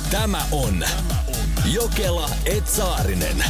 Tämä on Jokela & Saarinen.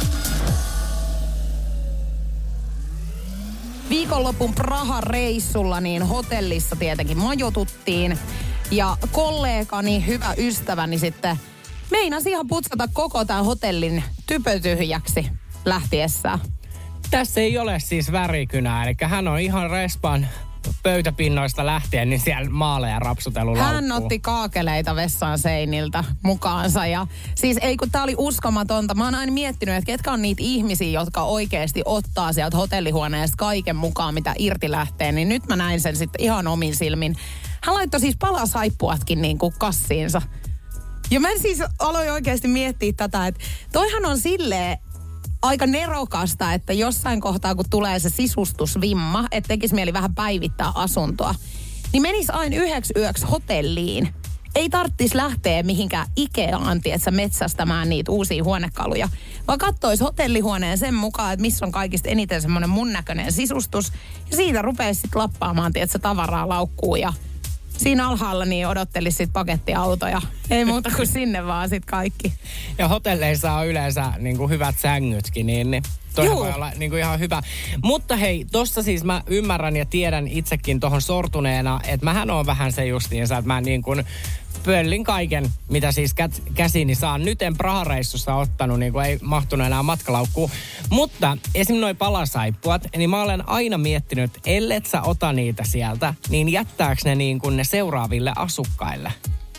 Viikonlopun Praha-reissulla niin hotellissa tietenkin majoituttiin. Ja kollegani, hyvä ystäväni sitten meinasi ihan putsata koko tämän hotellin typötyhjäksi lähtiessään. Tässä ei ole siis värikynää, eli hän on ihan respan pöytäpinnoista lähtien, niin siellä maaleja rapsutellut laukkuu. Hän otti kaakeleita vessan seiniltä mukaansa ja siis ei kun tää oli uskomatonta. Mä oon aina miettinyt, että ketkä on niitä ihmisiä, jotka oikeasti ottaa sieltä hotellihuoneesta kaiken mukaan, mitä irti lähtee, niin nyt mä näin sen sitten ihan omin silmin. Hän laittoi siis palasaippuatkin niin kuin kassiinsa. Ja mä siis aloin oikeasti miettiä tätä, että toihan on silleen aika nerokasta, että jossain kohtaa, kun tulee se sisustusvimma, että tekisi mieli vähän päivittää asuntoa, niin menisi aina 1 yöksi hotelliin. Ei tarvitsisi lähteä mihinkään Ikeaan, tietsä, metsästämään niitä uusia huonekaluja, vaan kattoisi hotellihuoneen sen mukaan, että missä on kaikista eniten semmoinen mun näköinen sisustus. Ja siitä rupeisi sitten lappaamaan, tietsä, tavaraa laukkuun ja siinä alhaalla niin odottelisi sit pakettiautoja. Ei muuta kuin sinne vaan sit kaikki. Ja hotelleissa on yleensä niin kuin hyvät sängytkin, niin toihan voi olla niin kuin ihan hyvä. Mutta hei, tossa siis mä ymmärrän ja tiedän itsekin tohon sortuneena, että mähän on vähän se justiinsa, että mä niin kuin pöllin kaiken, mitä siis käsiini saan. Nyt en Praha-reissussa ottanut, niin kuin ei mahtunut enää matkalaukkuun. Mutta esim. Noi palasaippuat, niin mä olen aina miettinyt, että ellet sä ota niitä sieltä, niin jättääkö ne niin kuin ne seuraaville asukkaille?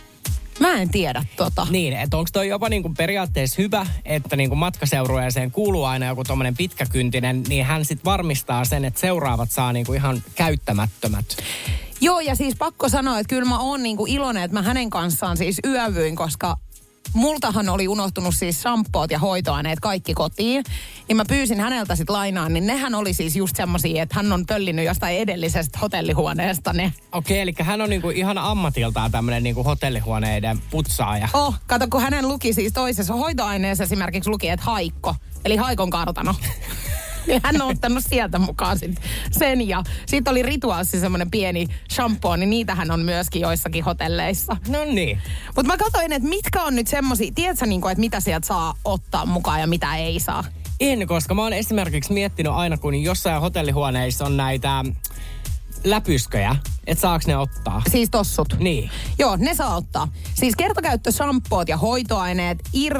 Mä en tiedä tota. Niin, että onko toi jopa niin kuin periaatteessa hyvä, että niin kuin matkaseurueeseen kuuluu aina joku tommonen pitkäkyntinen, niin hän sit varmistaa sen, että seuraavat saa niin kuin ihan käyttämättömät. Joo, ja siis pakko sanoa, että kyllä mä oon niinku iloinen, että mä hänen kanssaan siis yövyin, koska multahan oli unohtunut siis shampoot ja hoitoaineet kaikki kotiin. Niin mä pyysin häneltä sit lainaan, niin nehän oli siis just semmosia, että hän on pöllinyt jostain edellisestä hotellihuoneesta ne. Okei, eli hän on niinku ihan ammatiltaan tämmönen niinku hotellihuoneiden putsaaja. Kato, kun hänen luki siis toisessa hoitoaineessa esimerkiksi luki, että haikko, eli haikon kartano. Niin hän on ottanut sieltä mukaan sen ja sitten oli Ritualsi semmoinen pieni shampoo, niin niitähän on myöskin joissakin hotelleissa. No niin. Mutta mä katsoin, että mitkä on nyt semmosia, tiedätkö niinku, että mitä sieltä saa ottaa mukaan ja mitä ei saa? En, koska mä oon esimerkiksi miettinyt aina, kun jossain hotellihuoneissa on näitä läpysköjä, että saaks ne ottaa? Siis tossut? Niin. Joo, ne saa ottaa. Siis kertakäyttöshampoot ja hoitoaineet,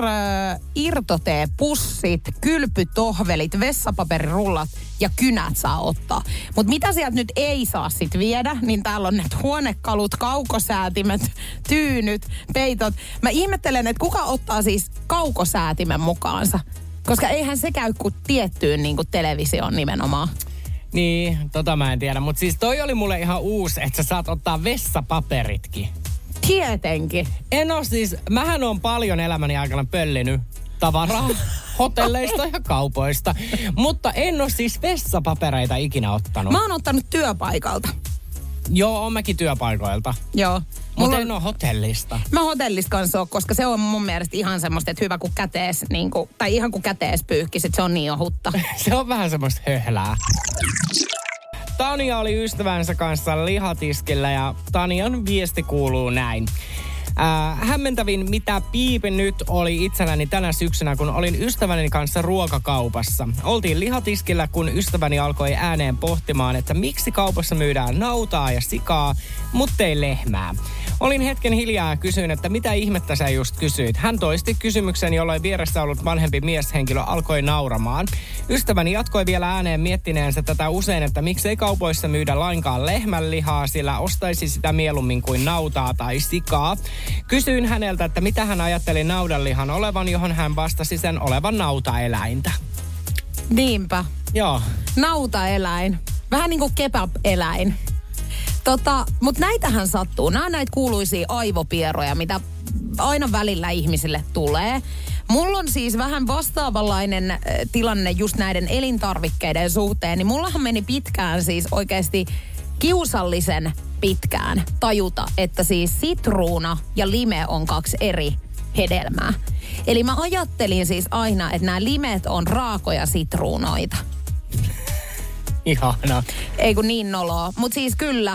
irtoteepussit, kylpytohvelit, vessapaperirullat ja kynät saa ottaa. Mutta mitä sieltä nyt ei saa sit viedä, niin täällä on ne huonekalut, kaukosäätimet, tyynyt, peitot. Mä ihmettelen, että kuka ottaa siis kaukosäätimen mukaansa. Koska eihän se käy kuin tiettyyn niin kuin televisioon nimenomaan. Niin, tota mä en tiedä. Mutta siis toi oli mulle ihan uusi, että sä saat ottaa vessapaperitkin. Tietenkin. En oo siis, mähän on paljon elämäni aikana pöllinyt tavaraa hotelleista ja kaupoista. Mutta en oo siis vessapapereita ikinä ottanut. Mä oon ottanut työpaikalta. Joo, on mäkin työpaikoilta. Joo. Mutta en oo hotellista. Mä hotellista kanssa oon, koska se on mun mielestä ihan semmoista, että hyvä kun kätees, niin kuin, tai ihan kun kätees pyyhkisit, se on niin ohutta. Se on vähän semmoista höhlää. Tania oli ystävänsä kanssa lihatiskillä ja Tanian viesti kuuluu näin. Hämmentävin mitä piipi nyt oli itselläni tänä syksynä, kun olin ystäväni kanssa ruokakaupassa. Oltiin lihatiskillä, kun ystäväni alkoi ääneen pohtimaan, että miksi kaupassa myydään nautaa ja sikaa, mutta ei lehmää. Olin hetken hiljaa ja kysyin, että mitä ihmettä sä just kysyit. Hän toisti kysymyksen, jolloin vieressä ollut vanhempi mieshenkilö alkoi nauramaan. Ystäväni jatkoi vielä ääneen miettineensä tätä usein, että miksei kaupoissa myydä lainkaan lehmänlihaa, sillä ostaisi sitä mieluummin kuin nautaa tai sikaa. Kysyin häneltä, että mitä hän ajatteli naudanlihan olevan, johon hän vastasi sen olevan nautaeläintä. Niinpä. Joo. Nautaeläin. Vähän niin kuin kebab-eläin. Mutta näitähän sattuu. Nämä on näitä kuuluisia aivopieroja, mitä aina välillä ihmisille tulee. Mulla on siis vähän vastaavanlainen tilanne just näiden elintarvikkeiden suhteen. Niin mullahan meni pitkään siis oikeasti kiusallisen pitkään tajuta, että siis sitruuna ja lime on 2 eri hedelmää. Eli mä ajattelin siis aina, että nämä limet on raakoja sitruunoita. Ihana. Ei kun niin noloa. Mutta siis kyllä,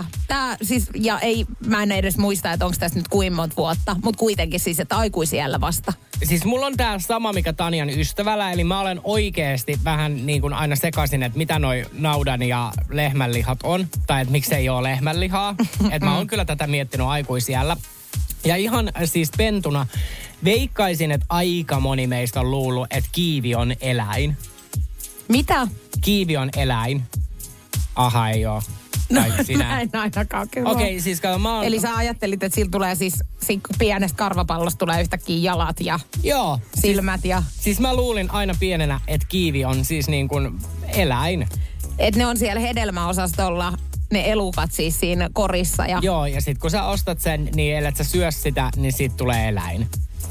mä en edes muista, että onko tässä nyt kuinka monta vuotta, mutta kuitenkin siis, että aikuisiellä vasta. Siis mulla on tää sama, mikä Tanian ystävällä, eli mä olen oikeesti vähän niin kuin aina sekaisin, että mitä noi naudan ja lehmänlihat on, tai että miksei ole lehmänlihaa. Että mä oon kyllä tätä miettinyt aikuisiellä. Ja ihan siis pentuna veikkaisin, että aika moni meistä on luullut, että kiivi on eläin. Mitä? Kiivi on eläin. Aha, ei oo. Tai sinä. Mä en ainakaan kyllä. Okei, siis kato, mä oon... Eli sä ajattelit, että sillä tulee siis pienestä karvapallosta tulee yhtäkkiä jalat ja Joo, silmät ja... Siis mä luulin aina pienenä, että kiivi on siis niin kuin eläin. Että ne on siellä hedelmäosastolla, ne elukat siis siinä korissa ja... Joo, ja sit kun sä ostat sen, niin ellei sä syö sitä, niin siitä tulee eläin.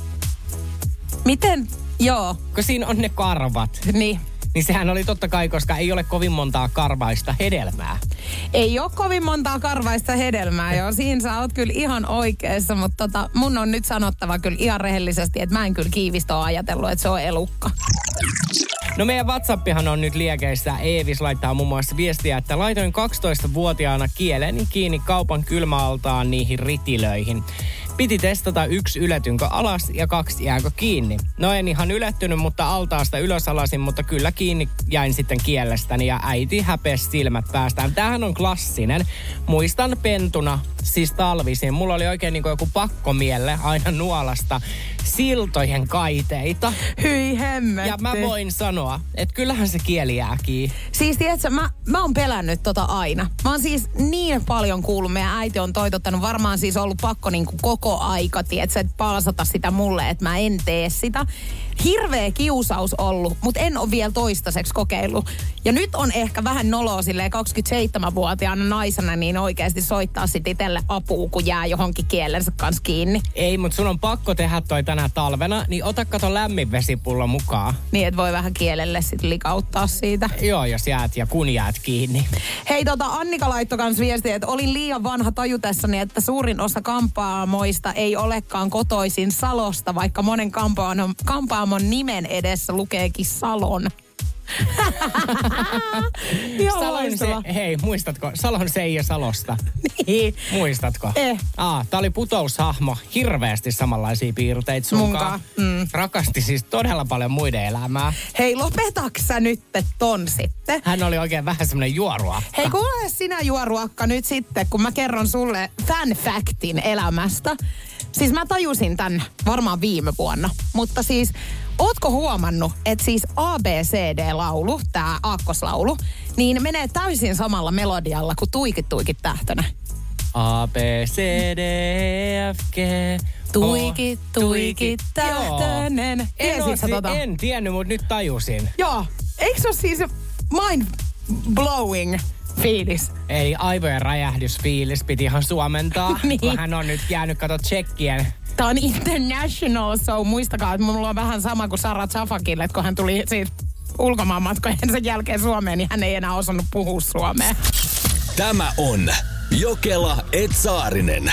Miten? Joo. Kun siinä on ne karvat. Niin. Niin sehän oli totta kai, koska ei ole kovin montaa karvaista hedelmää. Ei ole kovin montaa karvaista hedelmää, joo. Siinä sä oot kyllä ihan oikeassa, mutta mun on nyt sanottava kyllä ihan rehellisesti, että mä en kyllä kiivistä ole ajatellut, että se on elukka. No meidän WhatsAppihan on nyt liekeissä. Eevis laittaa muun muassa viestiä, että laitoin 12-vuotiaana kieleni kiinni kaupan kylmäaltaan niihin ritilöihin. Piti testata 1 yletynkö alas ja 2 jääkö kiinni. No en ihan ylettynyt, mutta altaasta ylös alasin, mutta kyllä kiinni jäin sitten kielestäni ja äiti häpesi silmät päästään. Tämähän on klassinen. Muistan pentuna, siis talvisin. Mulla oli oikein niin kuin joku pakkomielle aina nuolasta siltojen kaiteita. Hyi hemmetti. Ja mä voin sanoa, että kyllähän se kieli jää kiinni. Siis tiedätkö, mä oon pelännyt aina. Mä oon siis niin paljon kuullut, meidän äiti on toitottanut, varmaan siis ollut pakko niin kuin koko aika, tiedätkö, että palsata sitä mulle, että mä en tee sitä. Hirveä kiusaus ollut, mutta en ole vielä toistaiseksi kokeillut. Ja nyt on ehkä vähän noloa silleen 27-vuotiaana naisena, niin oikeasti soittaa sit itselle apua, kun jää johonkin kielensä kanssa kiinni. Ei, mutta sun on pakko tehdä toi tänä talvena, niin ota kato lämmin vesipullo mukaan. Niin, että voi vähän kielelle sit likauttaa siitä. Joo, jos jäät ja kun jäät kiinni. Hei, Annika laittoi kans viestiä, että olin liian vanha tajutessani, että suurin osa kampaamoista ei olekaan kotoisin Salosta, vaikka monen kampaamon nimen edessä lukeekin Salon. Hei, muistatko? Salon Seija Salosta. Niin. Muistatko? Tää oli putoushahmo. Hirveästi samanlaisia piirteitä sunkaan. Rakasti siis todella paljon muiden elämää. Hei, lopetaksä nyt ton sitten? Hän oli oikein vähän semmonen juoruakka. Hei, kuule sinä juoruakka nyt sitten, kun mä kerron sulle fan factin elämästä. Siis mä tajusin tän varmaan viime vuonna, mutta siis ootko huomannut, että siis ABCD-laulu, tää aakkoslaulu, niin menee täysin samalla melodialla kuin Tuikit tuikit tähtönä. A, B, C, D, E, F, G. Tuikit tuikit tähtönen. En tiennyt, mutta nyt tajusin. Joo, eikö se ole siis mind blowing fiilis? Eli aivojen räjähdysfiilis piti ihan suomentaa, niin. Kun hän on nyt jäänyt kato tsekkien. Tämä on international, so muistakaa, että mulla on vähän sama kuin Sara Zafakille, että kun hän tuli siitä ulkomaanmatkojen sen jälkeen Suomeen, niin hän ei enää osannut puhua suomea. Tämä on Jokela & Saarinen.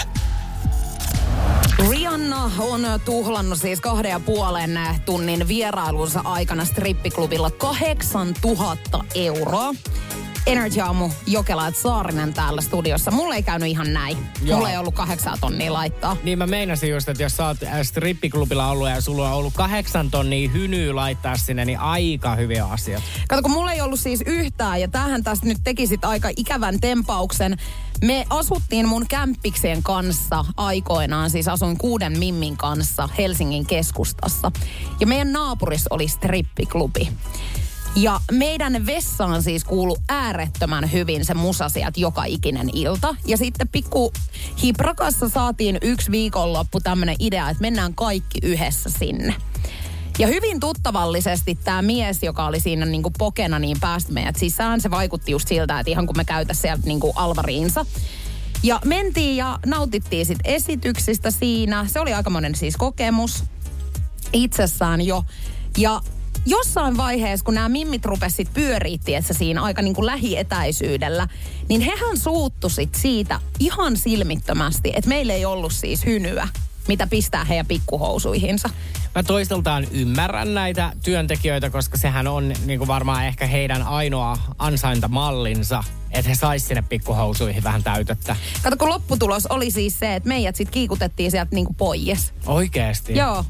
Rihanna on tuhlannut siis 2,5 tunnin vierailunsa aikana strippiklubilla 8 000 €. Energy Aamu, Jokela & Saarinen täällä studiossa. Mulla ei käynyt ihan näin. Joo. Mulla ei ollut 8 tonnia laittaa. Niin mä meinasin just, että jos sä oot strippiklubilla ollut ja sulla on ollut 8 tonnia hynyä laittaa sinne, niin aika hyviä asioita. Kato, kun mulla ei ollut siis yhtään, ja tämähän tästä nyt teki sit aika ikävän tempauksen. Me asuttiin mun kämppiksien kanssa aikoinaan, siis asuin 6 mimmin kanssa Helsingin keskustassa. Ja meidän naapurissa oli strippiklubi. Ja meidän vessaan siis kuului äärettömän hyvin se musa sieltä joka ikinen ilta. Ja sitten pikku hiprakassa saatiin 1 viikonloppu tämmönen idea, että mennään kaikki yhdessä sinne. Ja hyvin tuttavallisesti tämä mies, joka oli siinä niinku pokena, niin päästi meidät sisään. Se vaikutti just siltä, että ihan kun me käytäisiin sieltä niinku alvariinsa. Ja mentiin ja nautittiin sit esityksistä siinä. Se oli aikamoinen siis kokemus itsessään jo. Ja jossain vaiheessa, kun nämä mimmit rupesit pyöriitti, että siinä aika niin kuin lähietäisyydellä, niin hehän suuttu sit siitä ihan silmittömästi, että meillä ei ollut siis hynyä. mitä pistää heidän pikkuhousuihinsa. Mä toisaaltaan ymmärrän näitä työntekijöitä, koska sehän on niin kuin varmaan ehkä heidän ainoa ansaintamallinsa, että he sais sinne pikkuhousuihin vähän täytettä. Kato, kun lopputulos oli siis se, että meidät sit kiikutettiin sieltä niinku pois. Oikeesti? Joo.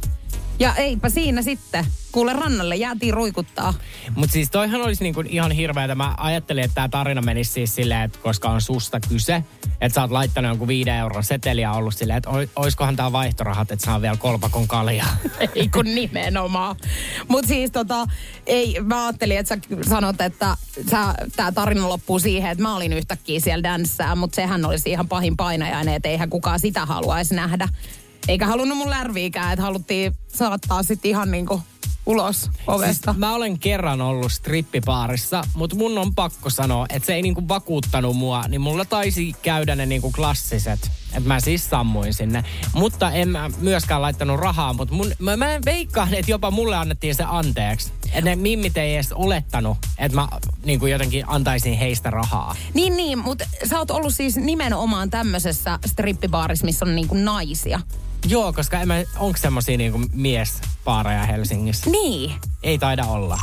Ja eipä siinä sitten. Kuule, rannalle jäätiin ruikuttaa. Mutta siis toihan olisi niinku ihan hirveätä. Mä ajattelin, että tämä tarina menisi siis silleen, että koska on susta kyse, että sä oot laittanut jonkun 5 euron seteliä ja ollut silleen, että oiskohan tää vaihtorahat, että saa vielä kolpakon kaljaa. Ei kun nimenomaan. Mutta siis ei, mä ajattelin, että sä sanot, että tää tarina loppuu siihen, että mä olin yhtäkkiä siellä danssää, mutta sehän olisi ihan pahin painajainen, että eihän kukaan sitä haluaisi nähdä. Eikä halunnut mun lärviikään, että haluttiin saattaa sitten ihan niinku ulos ovesta. Siis mä olen kerran ollut strippibaarissa, mutta mun on pakko sanoa, että se ei niinku vakuuttanut mua, niin mulla taisi käydä ne niinku klassiset. Että mä siis sammuin sinne. Mutta en mä myöskään laittanut rahaa, mutta mä veikkaan, että jopa mulle annettiin se anteeksi. Että ne mimmit ei edes olettanut, että mä niinku jotenkin antaisin heistä rahaa. Niin, mutta sä oot ollut siis nimenomaan tämmöisessä strippibaarissa, missä on niinku naisia. Joo, koska onko semmosia niinku miespaareja Helsingissä? Niin. Ei taida olla.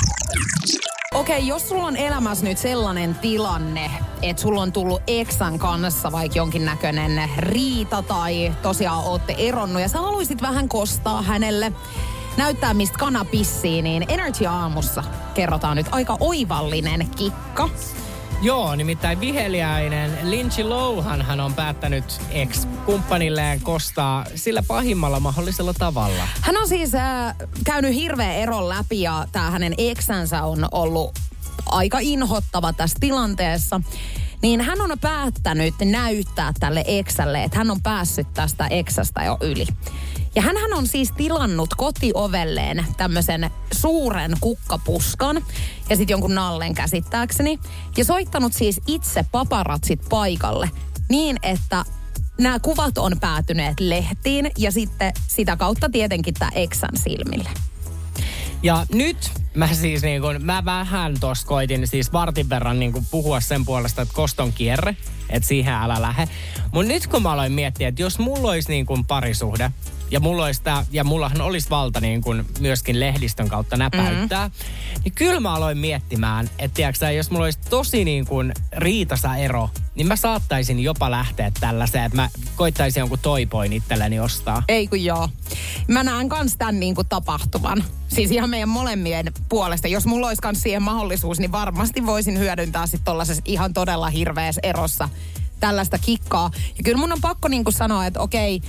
Okei, jos sulla on elämässä nyt sellainen tilanne, että sulla on tullut eksän kanssa vaikka jonkinnäköinen riita tai tosiaan ootte eronnut ja sä haluaisit vähän kostaa hänelle, näyttää mistä kana pissii, niin Energy Aamussa kerrotaan nyt aika oivallinen kikka. Joo, nimittäin viheliäinen Lindsay Lohan hän on päättänyt ex-kumppanilleen kostaa sillä pahimmalla mahdollisella tavalla. Hän on siis käynyt hirveän eron läpi ja tää hänen eksänsä on ollut aika inhottava tässä tilanteessa. Niin hän on päättänyt näyttää tälle eksälle, että hän on päässyt tästä eksästä jo yli. Ja hänhän on siis tilannut kotiovelleen tämmöisen suuren kukkapuskan ja sitten jonkun nallen käsittääkseni. Ja soittanut siis itse paparatsit paikalle niin, että nämä kuvat on päätyneet lehtiin ja sitten sitä kautta tietenkin tämä eksän silmille. Ja nyt mä vähän tossa koitin siis vartin verran puhua sen puolesta, että koston kierre, että siihen älä lähde. Mutta nyt kun mä aloin miettiä, että jos mulla olisi parisuhde, ja mullahan olisi valta myöskin lehdistön kautta näpäyttää, niin kyllä mä aloin miettimään, että tiiäksä, jos mulla olisi tosi riitasa ero, niin mä saattaisin jopa lähteä tällaiseen, että mä koittaisin jonkun toipoin itselleni ostaa. Ei kun joo. Mä näen kans tän tapahtuvan. Siis ihan meidän molemmien puolesta. Jos mulla olisi kans siihen mahdollisuus, niin varmasti voisin hyödyntää sit tollasessa ihan todella hirveässä erossa tällaista kikkaa. Ja kyllä mun on pakko sanoa, että okei,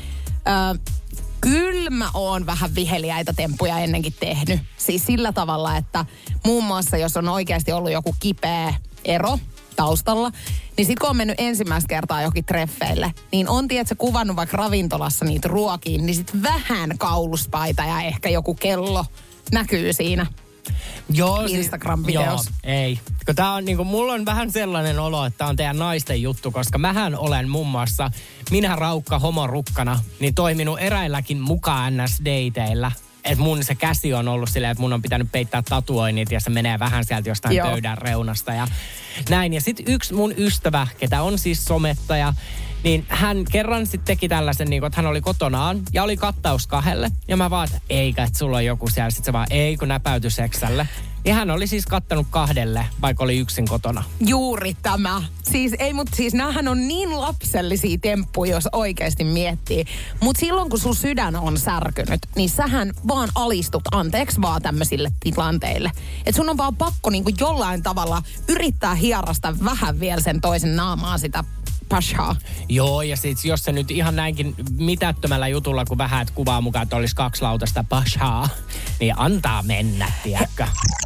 kyllä mä oon vähän viheliäitä temppuja ennenkin tehnyt. Siis sillä tavalla, että muun muassa jos on oikeasti ollut joku kipeä ero taustalla, niin sit kun on mennyt ensimmäistä kertaa johonkin treffeille, niin on tiedätkö kuvannut vaikka ravintolassa niitä ruokiin, niin sit vähän kauluspaita ja ehkä joku kello näkyy siinä. Joo, Instagram-videossa. Joo, ei. Tää on mulla on vähän sellainen olo, että tää on teidän naisten juttu, koska mähän olen muun muassa, minä raukka homorukkana, niin toiminut eräilläkin mukaan NS-dateilla. Että mun se käsi on ollut silleen, että mun on pitänyt peittää tatuoinnit ja se menee vähän sieltä jostain pöydän reunasta ja näin. Ja sit yksi mun ystävä, ketä on siis somettaja, niin hän kerran sitten teki tällaisen, että hän oli kotonaan ja oli kattaus 2. Ja mä vaan, että eikä, että sulla on joku siellä. Sitten se vaan, ei kun näpäytyi seksälle. Ja hän oli siis kattanut 2, vaikka oli yksin kotona. Juuri tämä. Siis näähän on niin lapsellisia temppuja, jos oikeasti miettii. Mutta silloin kun sun sydän on särkynyt, niin sähän vaan alistut anteeksi vaan tämmöisille tilanteille. Että sun on vaan pakko jollain tavalla yrittää hierasta vähän vielä sen toisen naamaan sitä pashaa. Joo, ja sit jos se nyt ihan näinkin mitättömällä jutulla, kun vähän kuvaa mukaan, että olisi 2 lautasta pashaa, niin antaa mennä, tiedätkö?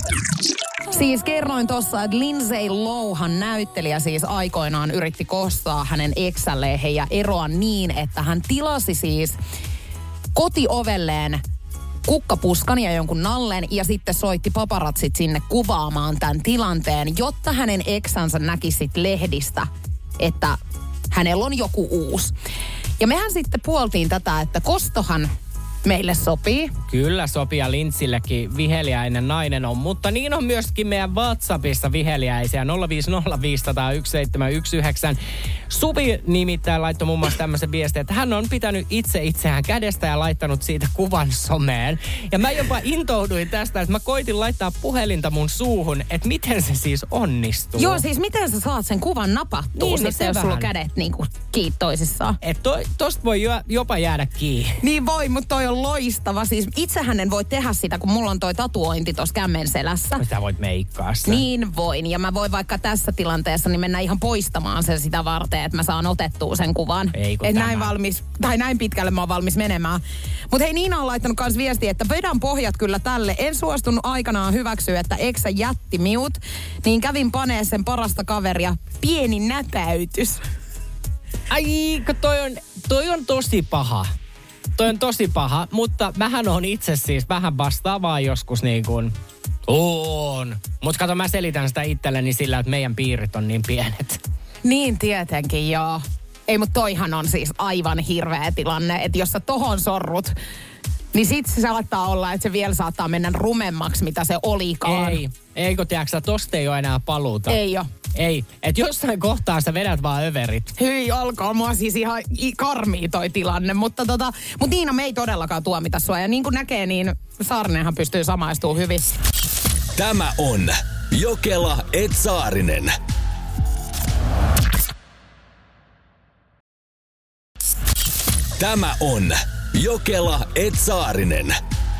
Siis kerroin tossa, että Lindsay Lohan näyttelijä siis aikoinaan yritti kostaa hänen eksälleen ja eroa niin, että hän tilasi siis kotiovelleen kukkapuskan ja jonkun nallen ja sitten soitti paparatsit sinne kuvaamaan tämän tilanteen, jotta hänen eksänsä näkisi sit lehdistä, että hänellä on joku uusi. Ja mehän sitten puoltiin tätä, että kostohan meille sopii. Kyllä sopii ja Lintsillekin viheliäinen nainen on, mutta niin on myöskin meidän WhatsAppissa viheliäisiä 050501719. Suvi nimittäin laittoi muun muassa tämmöisen viestin, että hän on pitänyt itseään kädestä ja laittanut siitä kuvan someen. Ja mä jopa intouduin tästä, että mä koitin laittaa puhelinta mun suuhun, että miten se siis onnistuu. Joo, siis miten sä saat sen kuvan napattua niin, sitten, jos sulla on kädet niinku kiinni toisissaan. Että tosta voi jopa jäädä kiinni. Niin voi, mutta toi on loistava. Siis itsehän en voi tehdä sitä, kun mulla on toi tatuointi tossa kämmen selässä. Sä voit meikkaa sitä. Niin voin. Ja mä voin vaikka tässä tilanteessa niin mennä ihan poistamaan sen sitä varten, että mä saan otettua sen kuvan. Että näin pitkälle mä oon valmis menemään. Mutta hei, Niina on laittanut kans viestiä, että vedän pohjat kyllä tälle. En suostunut aikanaan hyväksyä, että eksä jätti miut. Niin kävin panee sen parasta kaveria. Pieni näpäytys. Ai, toi on tosi paha. Toi on tosi paha, mutta mähän on itse siis vähän vastaavaa joskus niin kuin on. Mutta kato, mä selitän sitä itselleni sillä, että meidän piirit on niin pienet. Niin tietenkin, joo. Ei, mutta toihan on siis aivan hirveä tilanne, että jos sä tohon sorrut, niin sit se saattaa olla, että se vielä saattaa mennä rumemmaksi, mitä se olikaan. Eikö tiedätkö, tosta ei ole enää paluuta. Ei oo. Ei, että jossain kohtaa sä vedät vaan överit. Hyi olkoon, mua siis ihan karmii toi tilanne, mutta Niina, me ei todellakaan tuomita sua. Ja niin kuin näkee, niin Saarinenhan pystyy samaistumaan hyvin. Tämä on Jokela et Saarinen. Tämä on Jokela et Saarinen.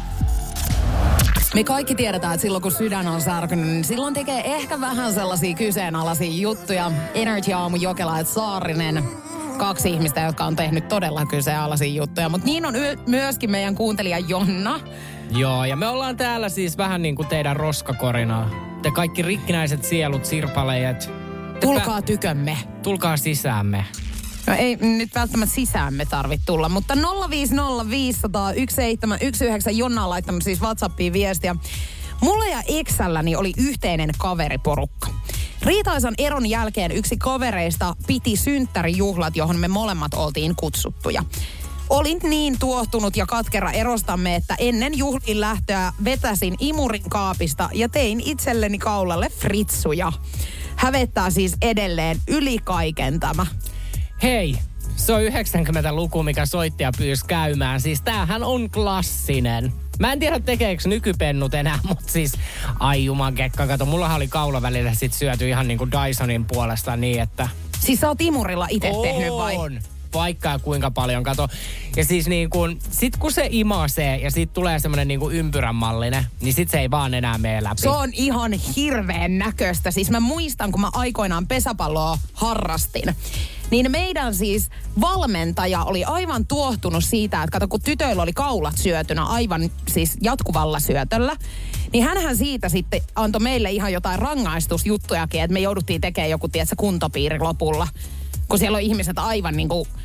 Me kaikki tiedetään, että silloin kun sydän on särkynyt, niin silloin tekee ehkä vähän sellaisia kyseenalaisia juttuja. Energy Aamu, Jokela et Saarinen. 2 ihmistä, jotka on tehnyt todella kyseenalaisia juttuja. Mutta niin on myöskin meidän kuuntelija Jonna. Joo, ja me ollaan täällä siis vähän niin kuin teidän roskakorina. Te kaikki rikkinäiset sielut, sirpaleet. Tulkaa tykömme. Tulkaa sisäämme. No ei nyt välttämättä sisäämme tarvitse tulla, mutta 050501719 Jonna on laittanut siis WhatsAppiin viestiä. Mulla ja eksälläni oli yhteinen kaveriporukka. Riitaisan eron jälkeen yksi kavereista piti synttärijuhlat, johon me molemmat oltiin kutsuttuja. Olin niin tuohtunut ja katkera erostamme, että ennen juhlin lähtöä vetäsin imurin kaapista ja tein itselleni kaulalle fritsuja. Hävettää siis edelleen yli kaiken tämä. Hei, se on 90-luku, mikä soittaja pyysi käymään. Siis tämähän on klassinen. Mä en tiedä tekeekö nykipennut enää, mutta siis ai jumakekka, kato, mullahan oli kaula välillä sit syöty ihan niin kuin Dysonin puolesta niin, että... Siis sä oot imurilla itse tehnyt vai? On, vaikka ja kuinka paljon, kato. Ja siis niin kuin, sit kun se imasee ja sit tulee semmonen niin kuin ympyränmallinen, niin sit se ei vaan enää mene läpi. Se on ihan hirveän näköistä. Siis mä muistan, kun mä aikoinaan pesäpalloa harrastin. Niin meidän siis valmentaja oli aivan tuohtunut siitä, että kato kun tytöillä oli kaulat syötynä aivan siis jatkuvalla syötöllä. Niin hänhän siitä sitten antoi meille ihan jotain rangaistusjuttujakin, että me jouduttiin tekemään joku, tiedätkö, kuntopiiri lopulla. Kun siellä on ihmiset aivan niin kuin,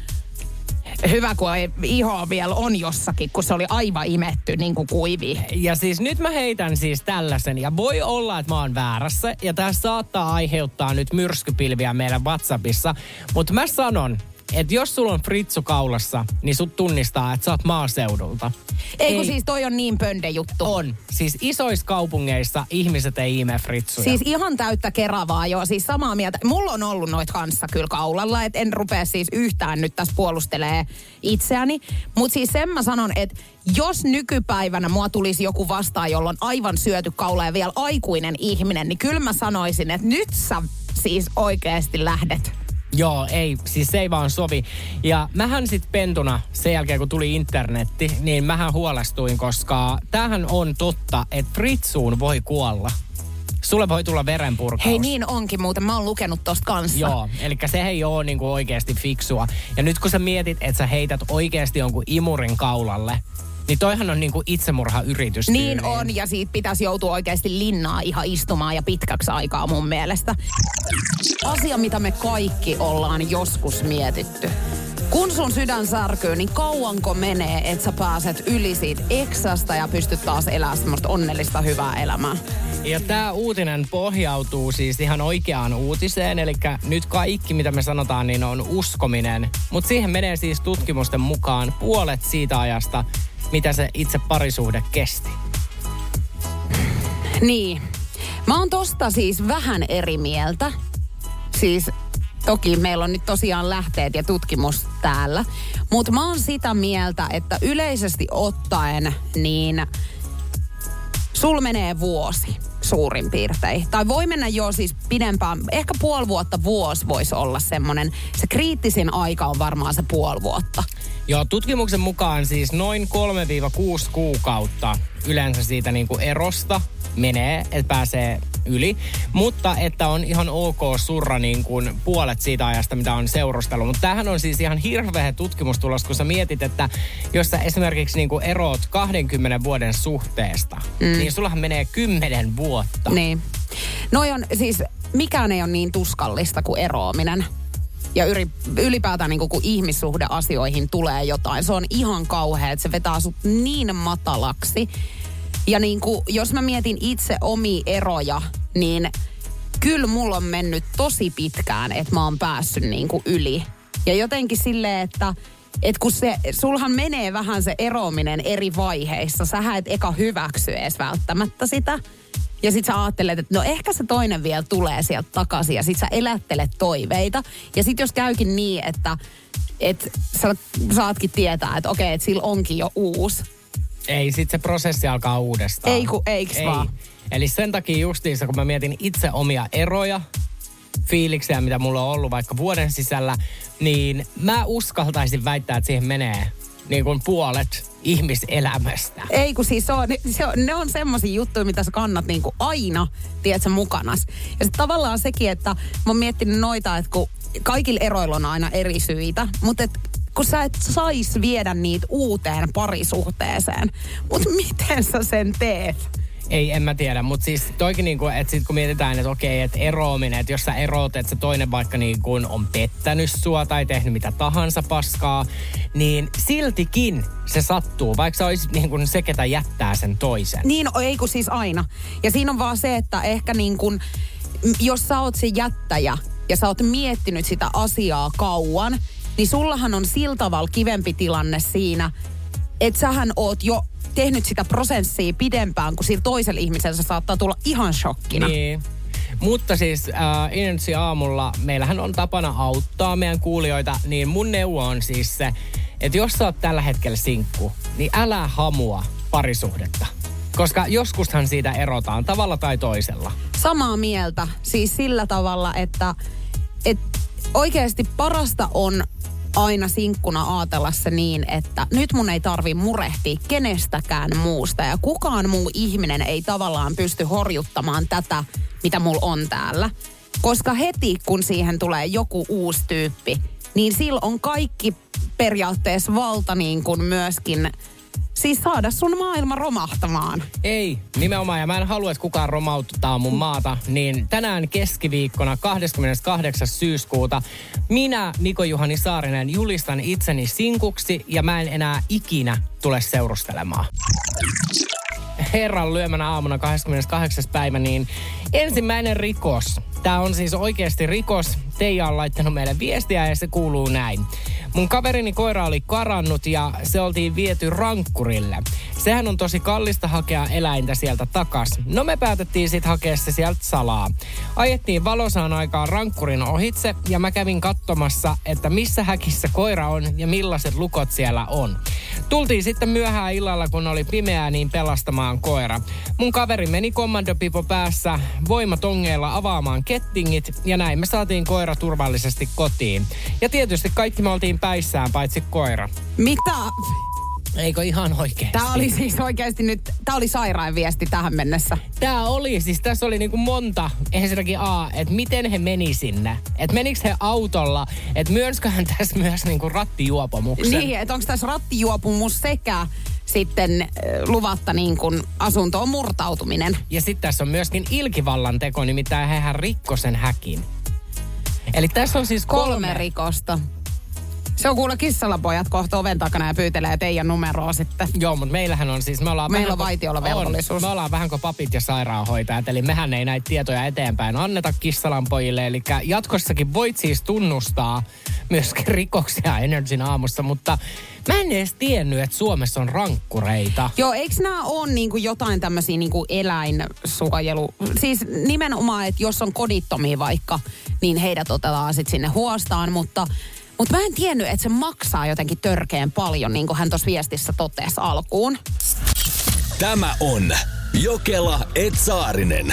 hyvä kun ei ihoa vielä on jossakin, kun se oli aivan imetty niin kuin kuivi. Ja siis nyt mä heitän siis tällaisen, ja voi olla, että mä oon väärässä, ja tää saattaa aiheuttaa nyt myrskypilviä meidän WhatsAppissa, mutta mä sanon, että jos sulla on fritsu kaulassa, niin sut tunnistaa, että sä oot maaseudulta. Ei kun siis toi on niin pönde juttu. On. Siis isoissa kaupungeissa ihmiset ei ime fritsuja. Siis ihan täyttä Keravaa joo. Siis samaa mieltä. Mulla on ollut noit kanssa kyllä kaulalla, että en rupea siis yhtään nyt tässä puolustelee itseäni. Mutta siis sen mä sanon, että jos nykypäivänä mua tulisi joku vastaan, jolla on aivan syöty kaula ja vielä aikuinen ihminen, niin kyllä mä sanoisin, että nyt sä siis oikeasti lähdet. Joo, ei, siis se ei vaan sovi. Ja mähän sit pentuna sen jälkeen, kun tuli internetti, niin mähän huolestuin, koska tämähän on totta, että fritsuun voi kuolla. Sulle voi tulla verenpurkaus. Hei niin onkin muuten, mä oon lukenut tosta kanssa. Joo, eli se ei ole niinku oikeasti fiksua. Ja nyt kun sä mietit, että sä heität oikeasti jonkun imurin kaulalle, niin toihan on niinku itsemurhayritys. Niin on, ja siitä pitäisi joutua oikeasti linnaa ihan istumaan ja pitkäksi aikaa mun mielestä. Asia, mitä me kaikki ollaan joskus mietitty. Kun sun sydän särkyy, niin kauanko menee, että sä pääset yli siitä eksasta ja pystyt taas elämään semmoista onnellista hyvää elämää? Ja tämä uutinen pohjautuu siis ihan oikeaan uutiseen, eli nyt kaikki, mitä me sanotaan, niin on uskominen. Mutta siihen menee siis tutkimusten mukaan puolet siitä ajasta, mitä se itse parisuhde kesti. Niin. Mä oon tosta siis vähän eri mieltä. Siis toki meillä on nyt tosiaan lähteet ja tutkimus täällä. Mutta mä oon sitä mieltä, että yleisesti ottaen, niin sul menee vuosi suurin piirtein. Tai voi mennä jo siis pidempään. Ehkä puoli vuotta, vuosi voisi olla semmoinen. Se kriittisin aika on varmaan se puoli vuotta. Joo, tutkimuksen mukaan siis noin 3-6 kuukautta yleensä siitä niin kuin erosta menee, että pääsee yli. Mutta että on ihan ok surra niin kuin puolet siitä ajasta, mitä on seurustellut. Mutta tämähän on siis ihan hirveä tutkimustulos, kun sä mietit, että jos sä esimerkiksi niin kuin eroot 20 vuoden suhteesta, niin sullahan menee 10 vuotta. Niin. Noi on siis, mikään ei ole niin tuskallista kuin eroaminen. Ja ylipäätään niin kun ihmissuhdeasioihin tulee jotain, se on ihan kauhea, että se vetää sut niin matalaksi. Ja niin kuin, jos mä mietin itse omia eroja, niin kyllä mulla on mennyt tosi pitkään, että mä oon päässyt niin kuin yli. Ja jotenkin silleen, että kun sulhan menee vähän se eroaminen eri vaiheissa, sähän et eka hyväksy edes välttämättä sitä. Ja sit sä ajattelet, että no ehkä se toinen vielä tulee sieltä takaisin ja sit sä elättelet toiveita. Ja sit jos käykin niin, että sä saatkin tietää, että okei, että sillä onkin jo uusi. Ei, sit se prosessi alkaa uudestaan. Eiks vaan? Eli sen takia justiinsa, kun mä mietin itse omia eroja, fiiliksiä, mitä mulla on ollut vaikka vuoden sisällä, niin mä uskaltaisin väittää, että siihen menee niin kuin puolet ihmiselämästä. Ei kun siis ne on semmosia juttuja, mitä sä kannat niin kuin aina, tiedätkö, mukanas. Ja sit tavallaan sekin, että mä oon miettinyt noita, että kun kaikilla eroilla on aina eri syitä, mutta kun sä et sais viedä niitä uuteen parisuhteeseen. Mutta miten sä sen teet? Ei, en mä tiedä, mutta siis toikin niinku, että sit kun mietitään, että okei, että eroaminen, että jos sä eroot, että se toinen vaikka niinku on pettänyt sua tai tehnyt mitä tahansa paskaa, niin siltikin se sattuu, vaikka sä olisit niinku se, ketä jättää sen toisen. Niin, ei kun siis aina. Ja siinä on vaan se, että ehkä niin kuin, jos sä oot se jättäjä ja sä oot miettinyt sitä asiaa kauan, niin sullahan on sillä tavalla kivempi tilanne siinä, että sähän oot jo tehnyt sitä prosessia pidempään, kun sillä toisella ihmisellä se saattaa tulla ihan shokkina. Niin. Mutta siis Energy aamulla meillähän on tapana auttaa meidän kuulijoita, niin mun neuvo on siis se, että jos sä oot tällä hetkellä sinkku, niin älä hamua parisuhdetta. Koska joskushan siitä erotaan tavalla tai toisella. Samaa mieltä. Siis sillä tavalla, että oikeasti parasta on aina sinkkuna ajatella se niin, että nyt mun ei tarvi murehtia kenestäkään muusta. Ja kukaan muu ihminen ei tavallaan pysty horjuttamaan tätä, mitä mulla on täällä. Koska heti, kun siihen tulee joku uusi tyyppi, niin sillä on kaikki periaatteessa valta niin kuin myöskin siis saada sun maailma romahtamaan. Ei, nimenomaan. Ja mä en halua, että kukaan romauttaa mun maata. Niin tänään keskiviikkona 28. syyskuuta minä, Niko-Juhani Saarinen, julistan itseni sinkuksi ja mä en enää ikinä tule seurustelemaan. Herran lyömänä aamuna 28. päivä, niin ensimmäinen rikos. Tää on siis oikeasti rikos. Teija on laittanut meille viestiä ja se kuuluu näin. Mun kaverini koira oli karannut ja se oltiin viety rankkurille. Sehän on tosi kallista hakea eläintä sieltä takas. No me päätettiin sit hakea se sieltä salaa. Ajettiin valosaan aikaan rankkurin ohitse ja mä kävin katsomassa, että missä häkissä koira on ja millaiset lukot siellä on. Tultiin sitten myöhään illalla, kun oli pimeää, niin pelastamaan koira. Mun kaveri meni kommandopipo päässä voimatongeilla avaamaan kettingit ja näin me saatiin koira turvallisesti kotiin. Ja tietysti kaikki me oltiin päissään, paitsi koira. Mitä? Eikö ihan oikeesti? Tää oli siis oikeesti nyt, tää oli sairaan viesti tähän mennessä. Tää oli, siis tässä oli niinku monta. Ensinnäkin että miten he meni sinne. Että menikö he autolla. Että myönsköhän tässä myös niinku rattijuopumuksen. Niin, että onko tässä rattijuopumus sekä sitten luvatta niin kuin asuntoon murtautuminen. Ja sitten tässä on myöskin ilkivallan teko, nimittäin hehän rikko sen häkin. Eli tässä on siis 3 rikosta. Se on kuule kissalapojat kohta oven takana ja pyytelee teidän numeroa sitten. Joo, mutta meillähän on siis, meillä on vaitiolovelvollisuus. Me ollaan vähän kuin papit ja sairaanhoitajat, eli mehän ei näitä tietoja eteenpäin anneta kissalanpojille. Eli jatkossakin voit siis tunnustaa myöskin rikoksia Energyn aamussa, mutta mä en edes tiennyt, että Suomessa on rankkureita. Joo, eikö nämä ole niinku jotain tämmöisiä niinku eläinsuojelu... Siis nimenomaan, että jos on kodittomia vaikka, niin heidät otetaan sitten sinne huostaan, mutta mä en tiennyt, että se maksaa jotenkin törkeän paljon, niin kuin hän tuossa viestissä totesi alkuun. Tämä on Jokela & Saarinen.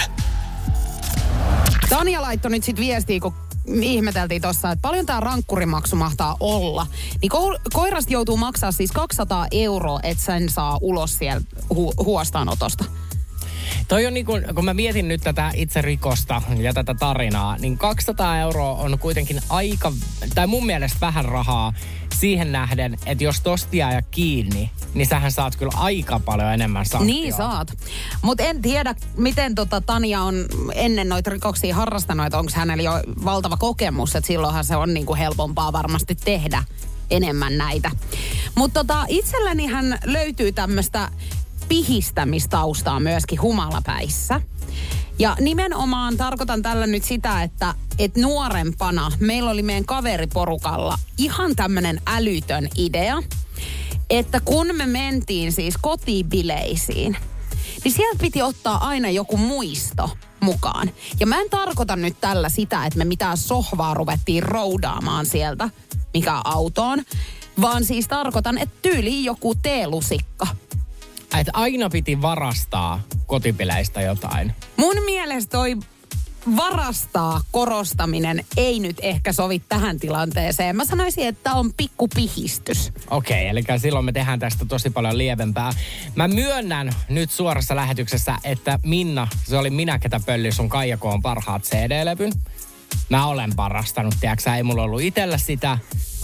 Tanja laittoi nyt sitten viestiä, kun ihmeteltiin tuossa, että paljon tämä rankkurimaksu mahtaa olla. Niin koirasta joutuu maksaa siis 200 €, että sen saa ulos sieltä huostaanotosta. Toi on niin kun mä mietin nyt tätä itse rikosta ja tätä tarinaa, niin 200 € on kuitenkin aika, tai mun mielestä vähän rahaa siihen nähden, että jos tosta jää kiinni, niin sähän saat kyllä aika paljon enemmän sanktioa. Niin saat. Mutta en tiedä, miten Tanja on ennen noita rikoksia harrastanut, että onko hänellä jo valtava kokemus, että silloinhan se on niinku helpompaa varmasti tehdä enemmän näitä. Mutta itselläni hän löytyy tämmöistä pihistämistaustaa myöskin humalapäissä. Ja nimenomaan tarkoitan tällä nyt sitä, että nuorempana meillä oli meidän kaveriporukalla ihan tämmöinen älytön idea, että kun me mentiin siis kotibileisiin, niin sieltä piti ottaa aina joku muisto mukaan. Ja mä en tarkoita nyt tällä sitä, että me mitään sohvaa ruvettiin roudaamaan sieltä, mikä autoon, vaan siis tarkoitan, että tyyliin joku teelusikka. Että aina piti varastaa kotipileistä jotain. Mun mielestä toi varastaa korostaminen ei nyt ehkä sovi tähän tilanteeseen. Mä sanoisin, että on pikku pihistys. Okei, eli silloin me tehdään tästä tosi paljon lievempää. Mä myönnän nyt suorassa lähetyksessä, että Minna, se oli minä, ketä pölli sun Kaijakoon parhaat CD-levyn. Mä olen varastanut, tiiäksä, ei mulla ollut itsellä sitä.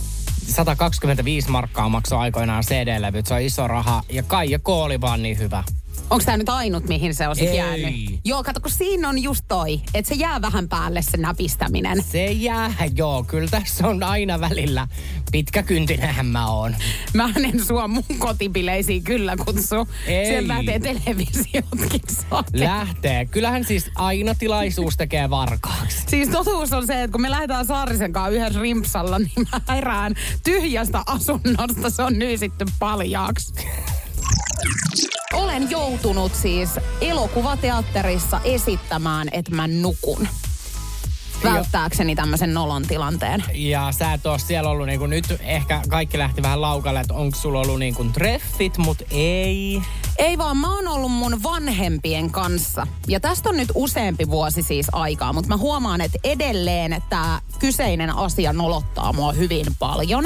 125 markkaa maksoi aikoinaan CD-levyt, se on iso raha. Ja Kaija-K oli vaan niin hyvä. Onko tämä nyt ainut, mihin se on sit jäänyt? Joo, kato, kun siinä on just toi, että se jää vähän päälle se näpistäminen. Se jää, joo. Kyllä tässä on aina välillä. Pitkäkyntinähän mä oon. Mä en sua mun kotibileisiin kyllä kutsu. Ei. Siellä lähtee televisiotkin sote. Lähtee. Kyllähän siis aina tilaisuus tekee varkaaksi. Siis totuus on se, että kun me lähdetään Saarisen kanssa yhdessä rimpsalla, niin mä herään tyhjästä asunnosta. Se on nyysitty paljaaksi. Olen joutunut siis elokuvateatterissa esittämään, että mä nukun. Välttääkseni tämmöisen nolon tilanteen. Ja sä et oo siellä ollut niinku, nyt ehkä kaikki lähti vähän laukalle, että onko sulla ollut niinku treffit, mut ei. Ei vaan, mä oon ollut mun vanhempien kanssa. Ja tästä on nyt useampi vuosi siis aikaa, mutta mä huomaan, että edelleen tää kyseinen asia nolottaa mua hyvin paljon.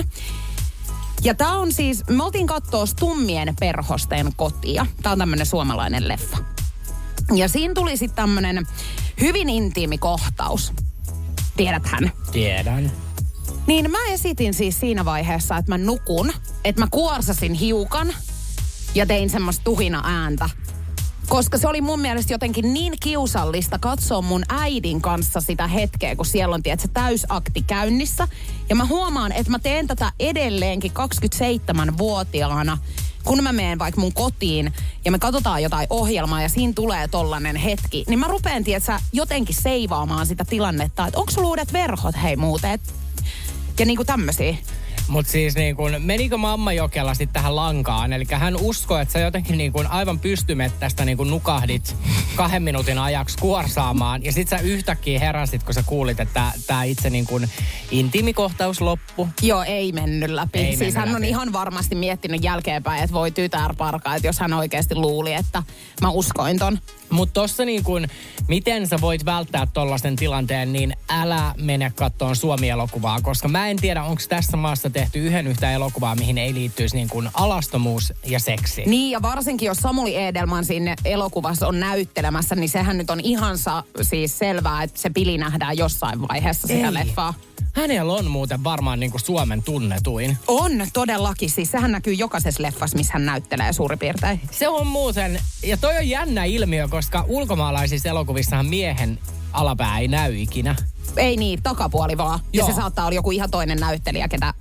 Ja tää on siis, me oltiin kattoo Stummien perhosten kotia. Tää on tämmönen suomalainen leffa. Ja siinä tuli sitten tämmönen hyvin intiimi kohtaus. Tiedäthän? Tiedän. Niin mä esitin siis siinä vaiheessa, että mä nukun, että mä kuorsasin hiukan ja tein semmoista tuhina ääntä. Koska se oli mun mielestä jotenkin niin kiusallista katsoa mun äidin kanssa sitä hetkeä, kun siellä on tietysti täysakti käynnissä. Ja mä huomaan, että mä teen tätä edelleenkin 27-vuotiaana, kun mä menen vaikka mun kotiin ja me katsotaan jotain ohjelmaa ja siinä tulee tollanen hetki. Niin mä rupean jotenkin seivaamaan sitä tilannetta, että onko sulla uudet verhot hei muuten? Ja niinku tämmösiä. Mut siis niin kun, menikö mamma Jokela sitten tähän lankaan? Eli hän uskoi, että sä jotenkin niin kun aivan pystymettästä niin kun nukahdit 2 minuutin ajaksi kuorsaamaan. Ja sit sä yhtäkkiä heräsit, kun sä kuulit, että tää itse niin kun intiimikohtaus loppu. Joo, ei mennyt läpi. Ei mennyt hän on läpi. ihan varmasti miettinyt jälkeenpäin, että voi tytärparka, että jos hän oikeasti luuli, että mä uskoin ton. Mutta tossa niin kun, miten sä voit välttää tollaisen tilanteen, niin älä mene kattoon Suomi-elokuvaa, koska mä en tiedä, onko tässä maassa tehty yhtä elokuvaa, mihin ei liittyisi niin kuin alastomuus ja seksi. Niin, ja varsinkin jos Samuli Edelman sinne elokuvassa on näyttelemässä, niin sehän nyt on ihan siis selvää, että se pili nähdään jossain vaiheessa sitä leffaa. Hänellä on muuten varmaan niin kuin Suomen tunnetuin. On, todellakin. Siis sehän näkyy jokaisessa leffassa, missä hän näyttelee suurin piirtein. Se on muuten, ja toi on jännä ilmiö, koska ulkomaalaisissa elokuvissahan miehen alapää ei näy ikinä. Ei niin, takapuoli vaan. Joo. Ja se saattaa olla joku ihan toinen näyttelijä, ketä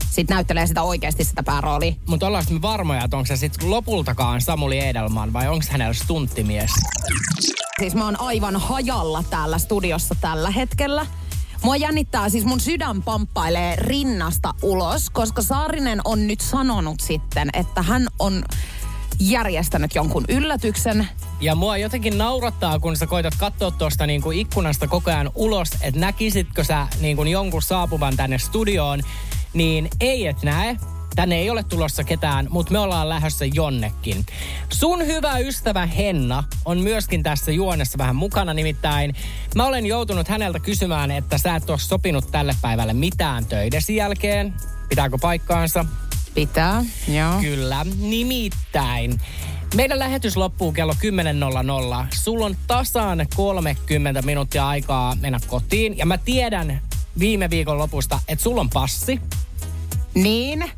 sit näyttelee sitä oikeasti sitä pääroolia. Mutta ollaanko me varmoja, että onko se sitten lopultakaan Samuli Edelman vai onko hänellä stunttimies? Siis mä oon aivan hajalla täällä studiossa tällä hetkellä. Mua jännittää, siis mun sydän pamppailee rinnasta ulos, koska Saarinen on nyt sanonut sitten, että hän on järjestänyt jonkun yllätyksen. Ja mua jotenkin naurattaa, kun sä koitat katsoa tuosta niinku ikkunasta koko ajan ulos, että näkisitkö sä niinku jonkun saapuvan tänne studioon, niin ei et näe. Tänne ei ole tulossa ketään, mutta me ollaan lähdössä jonnekin. Sun hyvä ystävä Henna on myöskin tässä juonessa vähän mukana, nimittäin mä olen joutunut häneltä kysymään, että sä et ole sopinut tälle päivälle mitään töidesi jälkeen. Pitääkö paikkaansa? Pitää, joo. Kyllä, nimittäin. Meidän lähetys loppuu kello 10.00. Sulla on tasan 30 minuuttia aikaa mennä kotiin. Ja mä tiedän viime viikon lopusta, että sulla on passi. Niin?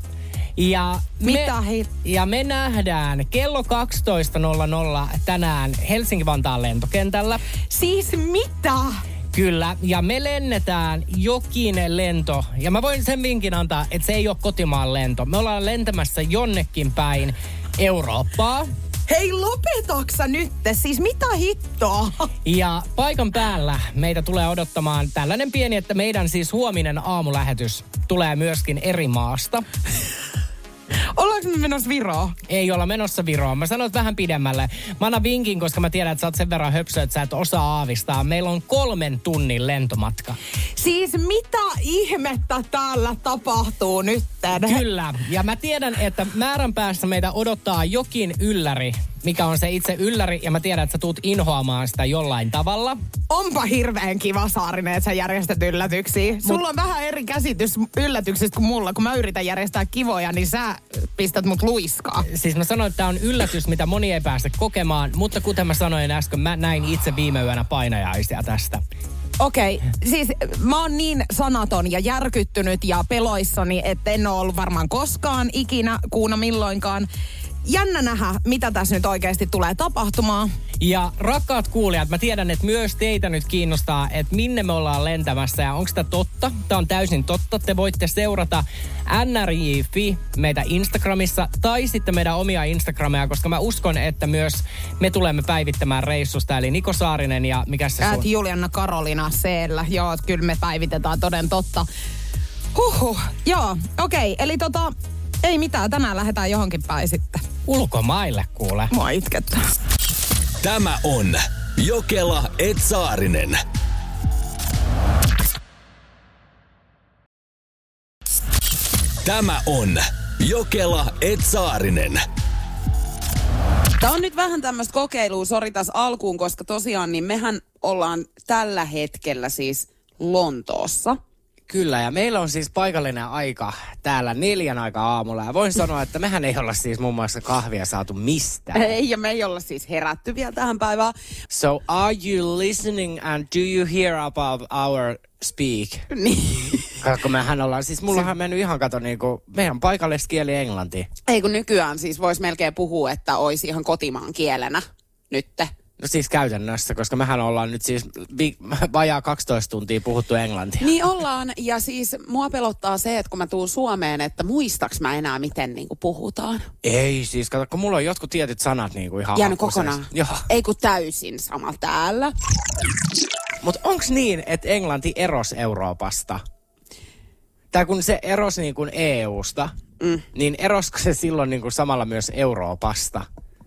Ja me nähdään kello 12.00 tänään Helsinki-Vantaan lentokentällä. Siis mitä? Kyllä, ja me lennetään Jokinen lento. Ja mä voin sen vinkin antaa, että se ei ole kotimaan lento. Me ollaan lentämässä jonnekin päin Eurooppaa. Hei, lopetaksa nyt? Siis mitä hittoa? Ja paikan päällä meitä tulee odottamaan tällainen pieni, että meidän siis huominen aamulähetys tulee myöskin eri maasta. Ollaanko me menossa Viroon? Ei olla menossa Viroon. Mä sanon vähän pidemmälle. Mä annan vinkin, koska mä tiedän, että sä oot sen verran höpsö, että sä et osaa aavistaa. Meillä on 3 tunnin lentomatka. Siis mitä ihmettä täällä tapahtuu nytten? Kyllä. Ja mä tiedän, että määrän päässä meitä odottaa jokin ylläri, mikä on se itse ylläri. Ja mä tiedän, että sä tuut inhoamaan sitä jollain tavalla. Onpa hirveän kiva, Saarinen, että sä järjestät yllätyksiä. Sulla on vähän eri käsitys yllätyksistä kuin mulla. Kun mä yritän järjestää kivoja, niin sä pistät mut luiskaa. Siis mä sanoin, että tää on yllätys, mitä moni ei pääse kokemaan. Mutta kuten mä sanoin äsken, mä näin itse viime yönä painajaisia tästä. Okei, siis mä oon niin sanaton ja järkyttynyt ja peloissani, että en ole ollut varmaan koskaan ikinä, kuuna milloinkaan. Jännä nähdä, mitä tässä nyt oikeasti tulee tapahtumaan. Ja rakkaat kuulijat, mä tiedän, että myös teitä nyt kiinnostaa, että minne me ollaan lentämässä ja onko tämä totta? Tämä on täysin totta. Te voitte seurata NRJ.fi meitä Instagramissa tai sitten meidän omia Instagrameja, koska mä uskon, että myös me tulemme päivittämään reissusta. Eli Niko Saarinen ja mikä se sun? Juliana Karolina C-llä. Joo, kyllä me päivitetään toden totta. Joo, okei. Eli ei mitään, tänään lähdetään johonkin päin sitten. Ulkomaille kuule. Mua itkettää. Tämä on Jokela et Saarinen. Tämä on Jokela et Saarinen. Tämä on nyt vähän tämmöistä kokeilua, sori tässä alkuun, koska tosiaan niin mehän ollaan tällä hetkellä siis Lontoossa. Kyllä, ja meillä on siis paikallinen aika täällä 4 aikaa aamulla. Ja voin sanoa, että mehän ei olla siis muun muassa kahvia saatu mistään. Ei, ja me ei olla siis herätty vielä tähän päivään. So are you listening and do you hear about our speak? Niin. Koska mehän ollaan, siis mullahan mennyt ihan niinku, meidän paikalliskieli englanti. Ei kun nykyään siis voisi melkein puhua, että olisi ihan kotimaan kielenä nytte. No siis käytännössä, koska mehän ollaan nyt siis vajaa 12 tuntia puhuttu englantia. Niin ollaan, ja siis mua pelottaa se, että kun mä tuun Suomeen, että muistaks mä enää miten niinku puhutaan. Ei siis, kato, kun mulla on jotkut tietyt sanat niinku ihan jäänyt kokonaan. Joo. Ei kun täysin sama täällä. Mut onks niin, että Englanti erosi Euroopasta? Tai kun se erosi niin kuin EUsta, niin erosko se silloin niin kuin samalla myös Euroopasta?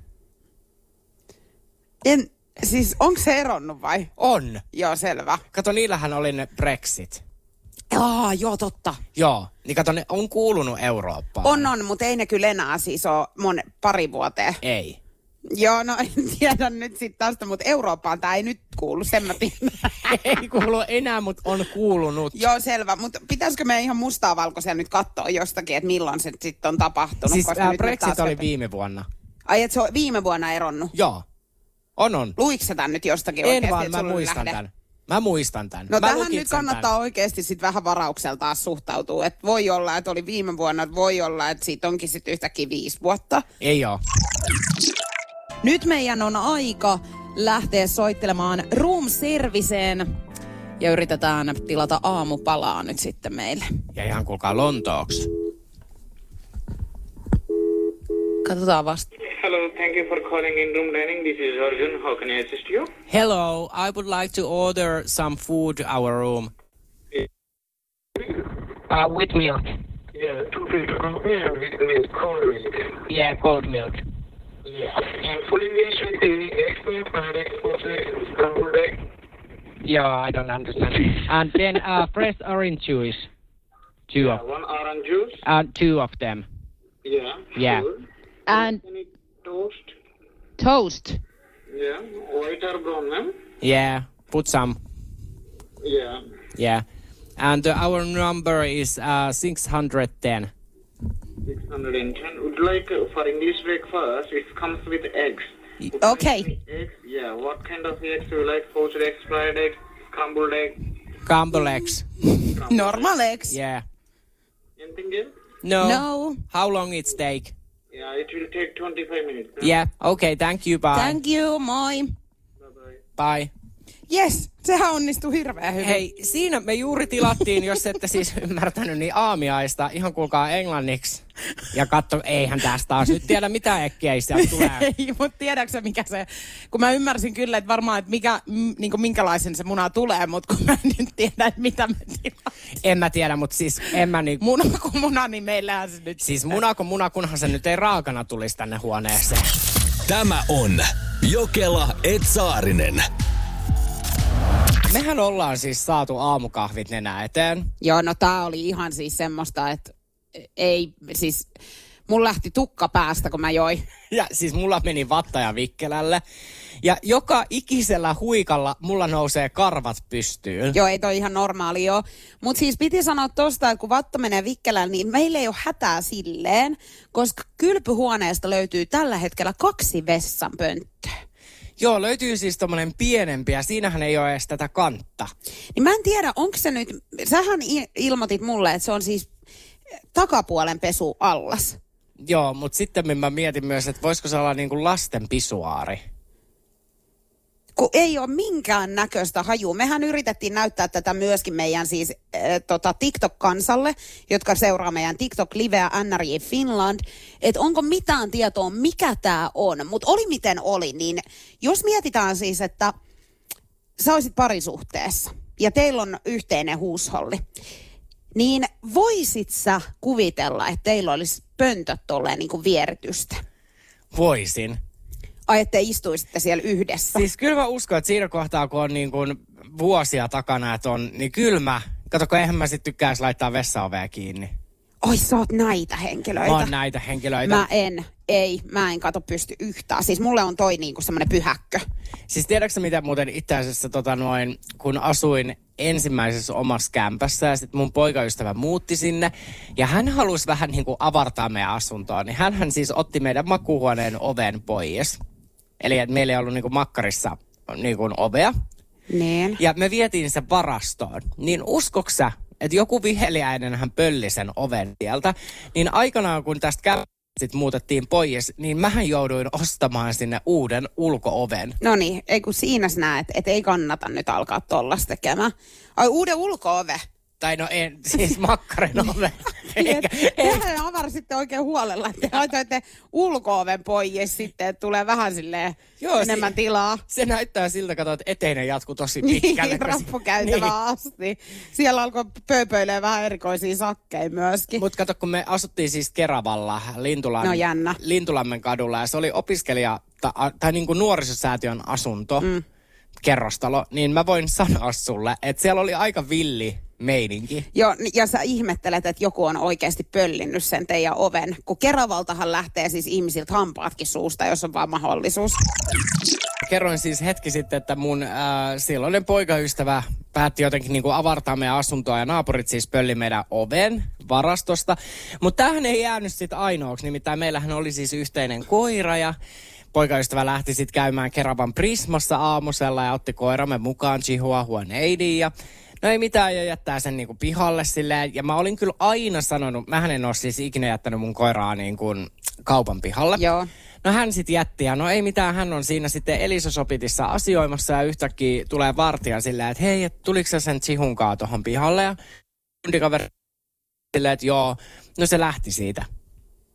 Siis onko se eronnut vai? On. Joo, selvä. Kato, niillähän oli ne Brexit. Joo, totta. Joo, niin kato, ne on kuulunut Eurooppaan. On, mutta ei ne kyllä enää siis ole pari vuoteen. Ei. Joo, no en tiedä nyt sitten tästä, mutta Eurooppaan tämä ei nyt kuulu, sen mä tiedän. Ei kuulu enää, mutta on kuulunut. Joo, selvä, mutta pitäisikö me ihan mustaa valkoisia nyt katsoa jostakin, että milloin se sitten on tapahtunut? Siis koska Brexit oli viime vuonna. Ai, että se on viime vuonna eronnut? Joo, on. Luitko sä tän nyt jostakin en oikeasti? En vaan, mä muistan tän. No tähän nyt kannattaa oikeasti sitten vähän varaukseltaan suhtautua. Että voi olla, että oli viime vuonna, että voi olla, että siitä onkin sitten yhtäkkiä 5 vuotta. Ei oo. Nyt meidän on aika lähteä soittelemaan room serviceen ja yritetään tilata aamupalaa nyt sitten meille. Ja ihan kuulkaa Lontooksi. Katsotaan vasta. Hello, thank you for calling in room dining. This is Arjun. How can I assist you? Hello, I would like to order some food to our room. With milk. Yeah, 2 filter coffee and with milk, cold milk. Yeah, cold milk. Yeah. And full English with the expert, fried egg, scrambled egg. Yeah, I don't understand. And then fresh orange juice. Two of 1 orange juice. 2 of them. Yeah. Yeah. Good. And Any toast? toast. Yeah. White or brown, ma'am? Yeah, put some. Yeah. Yeah. And our number is 610. 610. Would you like for English breakfast? It comes with eggs. Okay. Eggs? Yeah. What kind of eggs do you like? Poached eggs, fried eggs, scrambled eggs? Scrambled eggs. Normal eggs. Yeah. Anything else? No. How long it take? Yeah, it will take 25 minutes. Huh? Yeah, okay, thank you, bye. Thank you, moi. Bye-bye. Bye. Yes, sehän onnistui hirveän hyvin. Hei, siinä me juuri tilattiin, jos ette siis ymmärtänyt, niin aamiaista. Ihan kuulkaa englanniksi. Ja katso, eihän tästä taas nyt tiedä mitä äkkiä sieltä tulee. Ei, mutta tiedätkö mikä se, kun mä ymmärsin kyllä, että varmaan, että minkälaisen se muna tulee, mutta kun mä en nyt tiedä, että mitä me tilataan. En mä tiedä, mutta siis en mä niin... Muna kuin muna, niin meillähän se nyt... Siis muna kuin muna, kunhan se nyt ei raakana tulisi tänne huoneeseen. Tämä on Jokela et Saarinen. Mehän ollaan siis saatu aamukahvit nenä eteen. Joo, no tää oli ihan siis semmoista, että ei, siis mun lähti tukka päästä, kun mä join. Ja siis mulla meni vattaja vikkelälle. Ja joka ikisellä huikalla mulla nousee karvat pystyyn. Joo, ei toi ihan normaali joo. Mutta siis piti sanoa tosta, että kun vatta menee vikkelälle, niin meillä ei ole hätää silleen, koska kylpyhuoneesta löytyy tällä hetkellä 2 vessanpönttöä. Joo, löytyy siis tommonen pienempi ja siinähän ei ole edes tätä kantta. Niin mä en tiedä, onko se nyt, sähän ilmoitit mulle, että se on siis takapuolen pesu allas. Joo, mutta sitten mä mietin myös, että voisiko se olla niinku lasten pisuaari. Kun ei ole minkään näköistä hajua. Mehän yritettiin näyttää tätä myöskin meidän siis TikTok-kansalle, jotka seuraa meidän TikTok-liveä NRJ Finland, että onko mitään tietoa, mikä tämä on. Mutta oli miten oli, niin jos mietitään siis, että sä olisit parisuhteessa ja teillä on yhteinen huusholli, niin voisit sä kuvitella, että teillä olisi pöntöt tolleen niin kuin vieritystä? Voisin. Ai, että istuisitte siellä yhdessä. Siis kyllä mä uskon, että siinä kohtaa, kun on niin kuin vuosia takana, että on, niin kyllä mä, katsoko, eihän mä sit tykkäisi laittaa vessaovea kiinni. Oi, sä oot näitä henkilöitä. Mä oon näitä henkilöitä. Mä en kato pysty yhtään. Siis mulle on toi niinku semmonen pyhäkkö. Siis tiedätkö mitä muuten itse asiassa kun asuin ensimmäisessä omassa kämpässä ja sitten mun poikaystävä muutti sinne ja hän halusi vähän niin kuin avartaa meidän asuntoa, niin hän siis otti meidän makuuhuoneen oven pois. Eli että meillä ei ollut niin kuin makkarissa niin kuin ovea. Niin. Ja me vietiin sen varastoon. Niin uskoksä, että joku viheliäinen hän pölli sen oven sieltä, niin aikanaan kun tästä sitten muutettiin pois, niin mähän jouduin ostamaan sinne uuden ulko-oven. No niin, ei kun siinä sä näet, että ei kannata nyt alkaa tollas tekemään. Ai, uuden ulko-ove. Tai no en, siis makkarin ove. Tehän avarsitte oikein huolella, että laitoitte ulko-oven pois sitten, että tulee vähän silleen enemmän tilaa. Se näyttää siltä, että eteinen jatkuu tosi pitkälle. Niin, rappukäytävää asti. Siellä alkoi pööpöilee vähän erikoisia sakkeja myöskin. Mutta kato, kun me asuttiin siis Keravalla Lintulammen kadulla ja se oli opiskelija tai niin kuin nuorisosäätiön asunto, kerrostalo, niin mä voin sanoa sulle, että siellä oli aika villi meininki. Joo, ja sä ihmettelet, että joku on oikeasti pöllinnyt sen teidän oven, kun Keravaltahan lähtee siis ihmisiltä hampaatkin suusta, jos on vaan mahdollisuus. Kerroin siis hetki sitten, että mun silloinen poikaystävä päätti jotenkin niin kuin avartaa meidän asuntoa ja naapurit siis pölli meidän oven varastosta. Mutta tämähän ei jäänyt sitten ainoaksi, nimittäin meillähän oli siis yhteinen koira ja poikaystävä lähti sitten käymään Keravan Prismassa aamusella ja otti koiramme mukaan Chihuahua Neidin ja no ei mitään ja jättää sen niinku pihalle silleen. Ja mä olin kyllä aina sanonut, mähän en ole siis ikinä jättänyt mun koiraa niin kuin kaupan pihalle. Joo. No hän sitten jätti ja no ei mitään, hän on siinä sitten Elisosopitissa asioimassa ja yhtäkkiä tulee vartija silleen, että hei, et tuliko sä sen Chihunkaa tohon pihalle ja kundikaveri silleen, että joo, no se lähti siitä.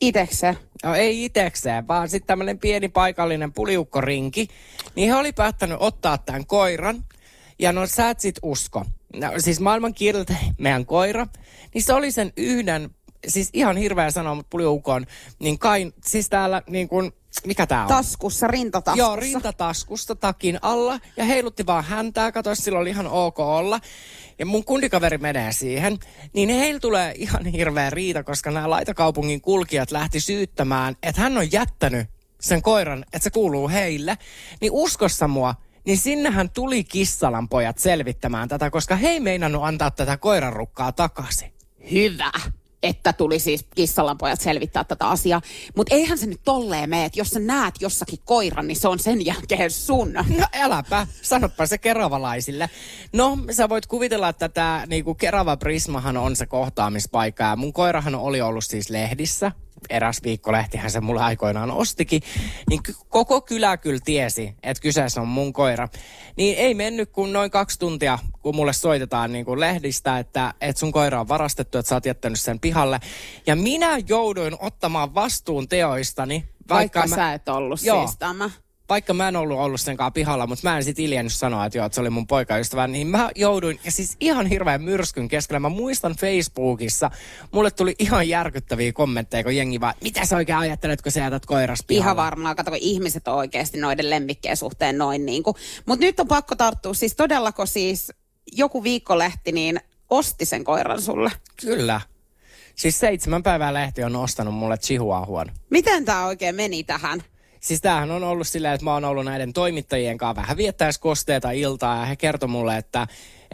Itekseen? No ei itekseen, vaan sitten tämmöinen pieni paikallinen puliukkorinki. Niin he oli päättänyt ottaa tämän koiran. Ja no sä et sit usko. No, siis maailman kieltä meidän koira. Niin se oli sen yhden, siis ihan hirveä sanoa, mutta puliukon. Niin kai, siis täällä niin kuin, mikä tää on? Taskussa, rintataskussa. Joo, rintataskusta takin alla. Ja heilutti vaan häntää, kato, sillä oli ihan ok olla. Ja mun kundikaveri menee siihen, niin heillä tulee ihan hirveä riita, koska nämä laitakaupungin kulkijat lähti syyttämään, että hän on jättänyt sen koiran, että se kuuluu heille. Niin uskossa mua, niin sinnehän tuli Kissalan pojat selvittämään tätä, koska he ei meinannut antaa tätä koiranrukkaa takaisin. Hyvä, että tuli siis Kissalan pojat selvittää tätä asiaa. Mutta eihän se nyt tolleen mene, että jos sä näet jossakin koiran, niin se on sen jälkeen sun. No äläpä, sanoppa se keravalaisille. No, sä voit kuvitella, että tämä niinku Kerava Prismahan on se kohtaamispaikka. Ja mun koirahan oli ollut siis lehdissä. Eräs viikkolehtihän se mulle aikoinaan ostikin. Niin koko kylä kyllä tiesi, että kyseessä on mun koira. Niin ei mennyt kuin noin 2 tuntia, kun mulle soitetaan niin kuin lehdistä, että sun koira on varastettu, että sä oot jättänyt sen pihalle. Ja minä jouduin ottamaan vastuun teoistani. Vaikka sä et ollut siis tämä. Vaikka mä en ollut senkaan pihalla, mutta mä en sit iljennyt sanoa, että se oli mun poikaystävä, niin mä jouduin, ja siis ihan hirveän myrskyn keskellä. Mä muistan Facebookissa, mulle tuli ihan järkyttäviä kommentteja, kun jengi vaan, mitä sä oikein ajattelet, kun sä jätät koiras pihalla? Ihan varmaan, kato, kun ihmiset on oikeasti noiden lemmikkien suhteen noin niin kuin. Mutta nyt on pakko tarttua, siis todellako siis joku viikkolehti niin osti sen koiran sulle? Kyllä. Siis 7 päivää lehti on ostanut mulle chihuahuan. Miten tää oikein meni tähän? Siis tämähän on ollut silleen, että mä oon ollut näiden toimittajien kanssa vähän viettäis kosteeta iltaa ja he kertoi mulle, että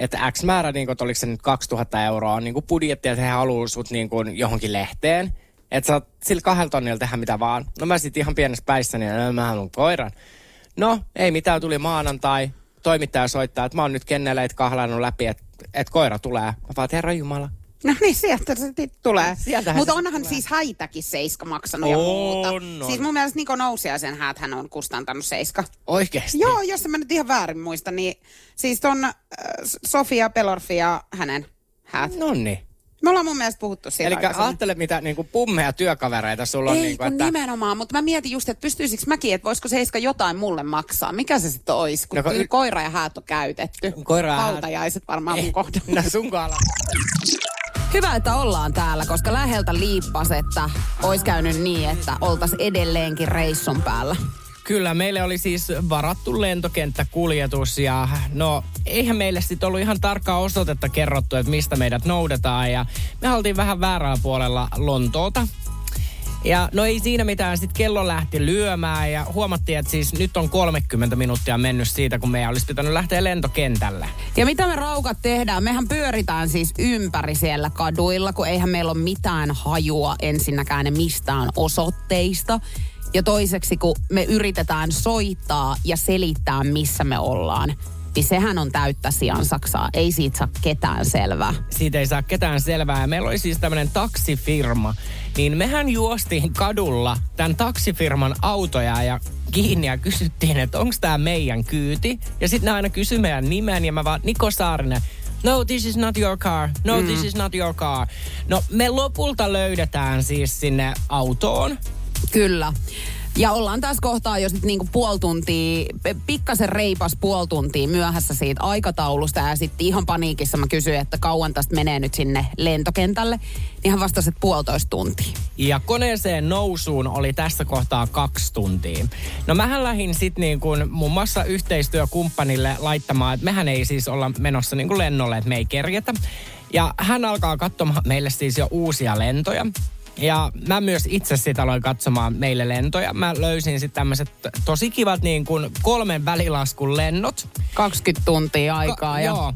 X määrä, niin kuin, että oliko se nyt 2000 euroa, on niin kuin budjetti, että he haluaa sut niin kuin johonkin lehteen. Että sä oot sillä 2 tonnilla tehdä mitä vaan. No mä sit ihan pienessä päissäni, ja mä haluan koiran. No, ei mitään, tuli maanantai. Toimittaja soittaa, että mä oon nyt kenneleitä kahlannut läpi, että koira tulee. Mä vaan, Herra Jumala. No niin, sieltä se tulee. Mutta onhan tulee. siis häitäkin 7 maksanut ja muuta. Siis mun mielestä Niko Nousiaisen häät hän on kustantanut 7. Oikeesti? Joo, jos mä nyt ihan väärin muista, niin siis ton Sofia Pelorfi ja hänen häät. Nonni. Me ollaan mun mielestä puhuttu siitä. Eli ajattele, mitä niinku pummeja työkavereita sulla on. Ei, niinku, kun nimenomaan, mutta mä mietin just, että pystyisikö mäkin, että voisiko 7 jotain mulle maksaa. Mikä se sitten olisi, kun koira ja häät on käytetty. Hautajaiset varmaan mun kohdalla. No sun kohdalla. Hyvä, että ollaan täällä, koska läheltä liippas, että olisi käynyt niin, että oltaisiin edelleenkin reissun päällä. Kyllä, meille oli siis varattu lentokenttäkuljetus ja no eihän meille sitten ollut ihan tarkkaa osoitetta kerrottu, että mistä meidät noudetaan ja me oltiin vähän väärällä puolella Lontoota. Ja no ei siinä mitään, sitten kello lähti lyömään ja huomattiin, että siis nyt on 30 minuuttia mennyt siitä, kun meidän olisi pitänyt lähteä lentokentälle. Ja mitä me raukat tehdään? Mehän pyöritään siis ympäri siellä kaduilla, kun eihän meillä ole mitään hajua ensinnäkään mistään osoitteista. Ja toiseksi, kun me yritetään soittaa ja selittää, missä me ollaan, niin sehän on täyttä siansaksaa. Ei siitä saa ketään selvää. Siitä ei saa ketään selvää. Ja meillä oli siis tämmöinen taksifirma. Niin mehän juostiin kadulla tämän taksifirman autoja ja kiinni ja kysyttiin, että onko tämä meidän kyyti. Ja sitten ne aina kysyi meidän nimen ja mä vaan, Niko Saarinen. No, this is not your car. No, this is not your car. No, me lopulta löydetään siis sinne autoon. Kyllä. Ja ollaan tässä kohtaa jo sitten niinku puoli tuntia, pikkasen reipas puoli tuntia myöhässä siitä aikataulusta. Ja sitten ihan paniikissa mä kysyin, että kauan tästä menee nyt sinne lentokentälle. Niin hän vastasi, että 1,5 tuntia. Ja koneeseen nousuun oli tässä kohtaa 2 tuntia. No mähän lähdin sitten niin kuin muun muassa yhteistyökumppanille laittamaan, että mehän ei siis olla menossa niin kuin lennolle, että me ei kerjetä. Ja hän alkaa katsomaan meille siis jo uusia lentoja. Ja mä myös itse sit aloin katsomaan meille lentoja. Mä löysin sitten tämmöiset tosi kivat niin kuin 3 välilaskun lennot. 20 tuntia aikaa. Joo,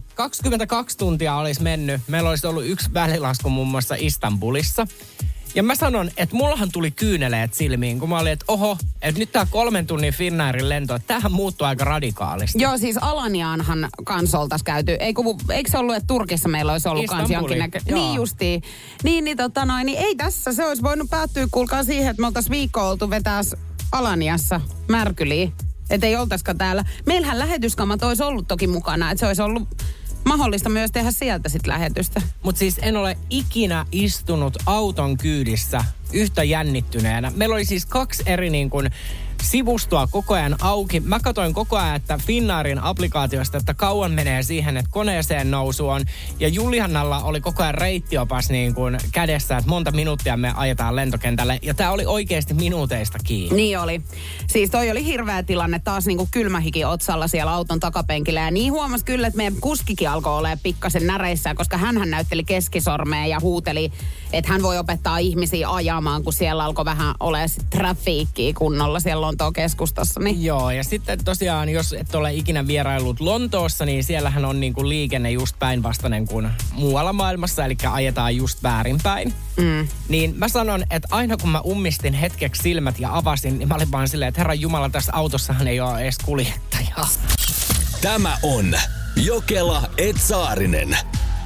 22 tuntia olisi mennyt. Meillä olisi ollut 1 välilasku muun muassa Istanbulissa. Ja mä sanon, että mullahan tuli kyyneleet silmiin, kun mä olin, että oho, että nyt tää 3 tunnin Finnairin lento, että tämähän muuttuu aika radikaalisti. Joo, siis Alaniaanhan kans oltais käyty. Eikö se ollut, että Turkissa meillä olisi ollut kans jonkinnäköinen? Niin justiin. Niin ei tässä. Se olisi voinut päättyä, kuulkaa siihen, että me oltais viikko oltu vetääs Alaniassa märkyliin. Että ei oltaiskaan täällä. Meillähän lähetyskamat olisi ollut toki mukana, että se olisi ollut mahdollista myös tehdä sieltä sit lähetystä. Mutta siis en ole ikinä istunut auton kyydissä yhtä jännittyneenä. Meillä oli siis 2 eri niin kuin sivustoa koko ajan auki. Mä katsoin koko ajan, että Finnairin applikaatiosta, että kauan menee siihen, että koneeseen nousu on. Ja Juliannalla oli koko ajan reittiopas niin kuin kädessä, että monta minuuttia me ajetaan lentokentälle. Ja tää oli oikeasti minuuteista kiinni. Niin oli. Siis toi oli hirveä tilanne, taas niin kuin kylmähiki otsalla siellä auton takapenkillä. Ja niin huomasi kyllä, että meidän kuskikin alkoi olemaan pikkasen näreissä, koska hänhän näytteli keskisormea ja huuteli, että hän voi opettaa ihmisiä ajamaan, kun siellä alkoi vähän olemaan trafiikkiä kunnolla siellä Lontoon keskustassa. Niin. Joo, ja sitten tosiaan, jos et ole ikinä vierailut Lontoossa, niin siellähän on niinku liikenne just päinvastainen kuin muualla maailmassa, eli ajetaan just väärinpäin. Niin mä sanon, että aina kun mä ummistin hetkeksi silmät ja avasin, niin mä olin vaan silleen, että Herran Jumala, tässä autossahan ei ole edes kuljettajaa. Tämä on Jokela et Saarinen.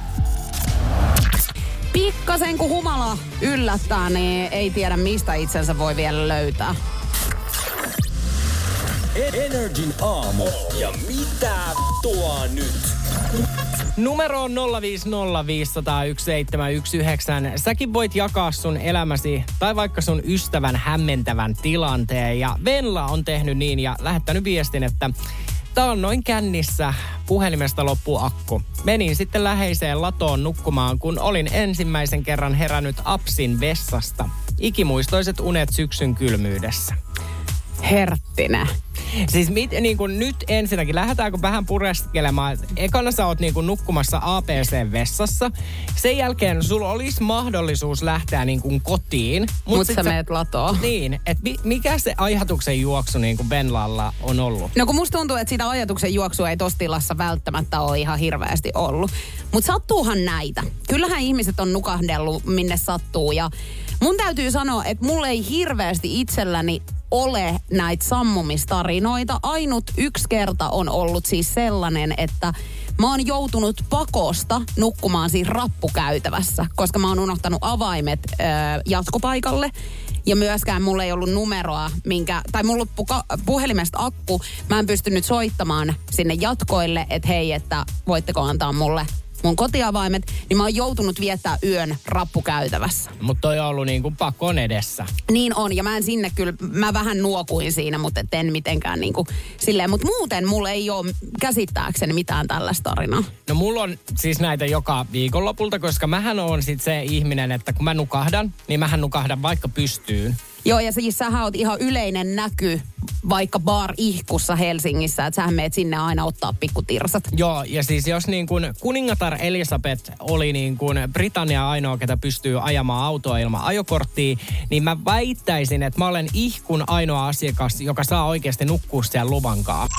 Pikkasen kun humala yllättää, niin ei tiedä mistä itsensä voi vielä löytää. Energin aamu. Ja mitä tuo nyt? Numero on 050501719. Säkin voit jakaa sun elämäsi tai vaikka sun ystävän hämmentävän tilanteen. Ja Venla on tehnyt niin ja lähettänyt viestin, että taannoin kännissä puhelimesta loppuu akku. Menin sitten läheiseen latoon nukkumaan, kun olin ensimmäisen kerran herännyt Apsin vessasta. Ikimuistoiset unet syksyn kylmyydessä. Herttinen. Siis niin kun nyt ensinnäkin lähdetäänkö vähän pureskelemaan. Ekana sä oot niin kun nukkumassa APC-vessassa. Sen jälkeen sulla olisi mahdollisuus lähteä niin kun kotiin. Mutta sä meet latoon. Niin, että mikä se ajatuksen juoksu niin kun Venlalla on ollut? No kun musta tuntuu, että sitä ajatuksen juoksua ei tossa tilassa välttämättä ole ihan hirveästi ollut. Mutta sattuuhan näitä. Kyllähän ihmiset on nukahdellut minne sattuu ja mun täytyy sanoa, että mulla ei hirveästi itselläni ole näitä sammumistarinoita. Ainut yksi kerta on ollut siis sellainen, että mä oon joutunut pakosta nukkumaan siis rappukäytävässä, koska mä oon unohtanut avaimet jatkopaikalle. Ja myöskään mulla ei ollut numeroa, tai mulla loppui puhelimesta akku. Mä en pystynyt soittamaan sinne jatkoille, että hei, että voitteko antaa mulle mun kotiavaimet, niin mä oon joutunut viettää yön rappukäytävässä. Mutta toi on ollut niinku pakon edessä. Niin on, ja mä en sinne kyllä, mä vähän nuokuin siinä, mutta en mitenkään niinku silleen. Mutta muuten mulla ei ole käsittääkseni mitään tällaista tarinaa. No mulla on siis näitä joka viikonlopulta, koska mähän on sit se ihminen, että kun mä nukahdan, niin mähän nukahdan vaikka pystyyn. Joo, ja siis sähän oot ihan yleinen näky vaikka bar-ihkussa Helsingissä, että sähän meet sinne aina ottaa pikkutirsat. Joo, ja siis jos niin kuin kuningatar Elisabeth oli niin kuin Britannia ainoa, ketä pystyy ajamaan autoa ilman ajokorttia, niin mä väittäisin, että mä olen ihkun ainoa asiakas, joka saa oikeasti nukkua siellä luvankaan.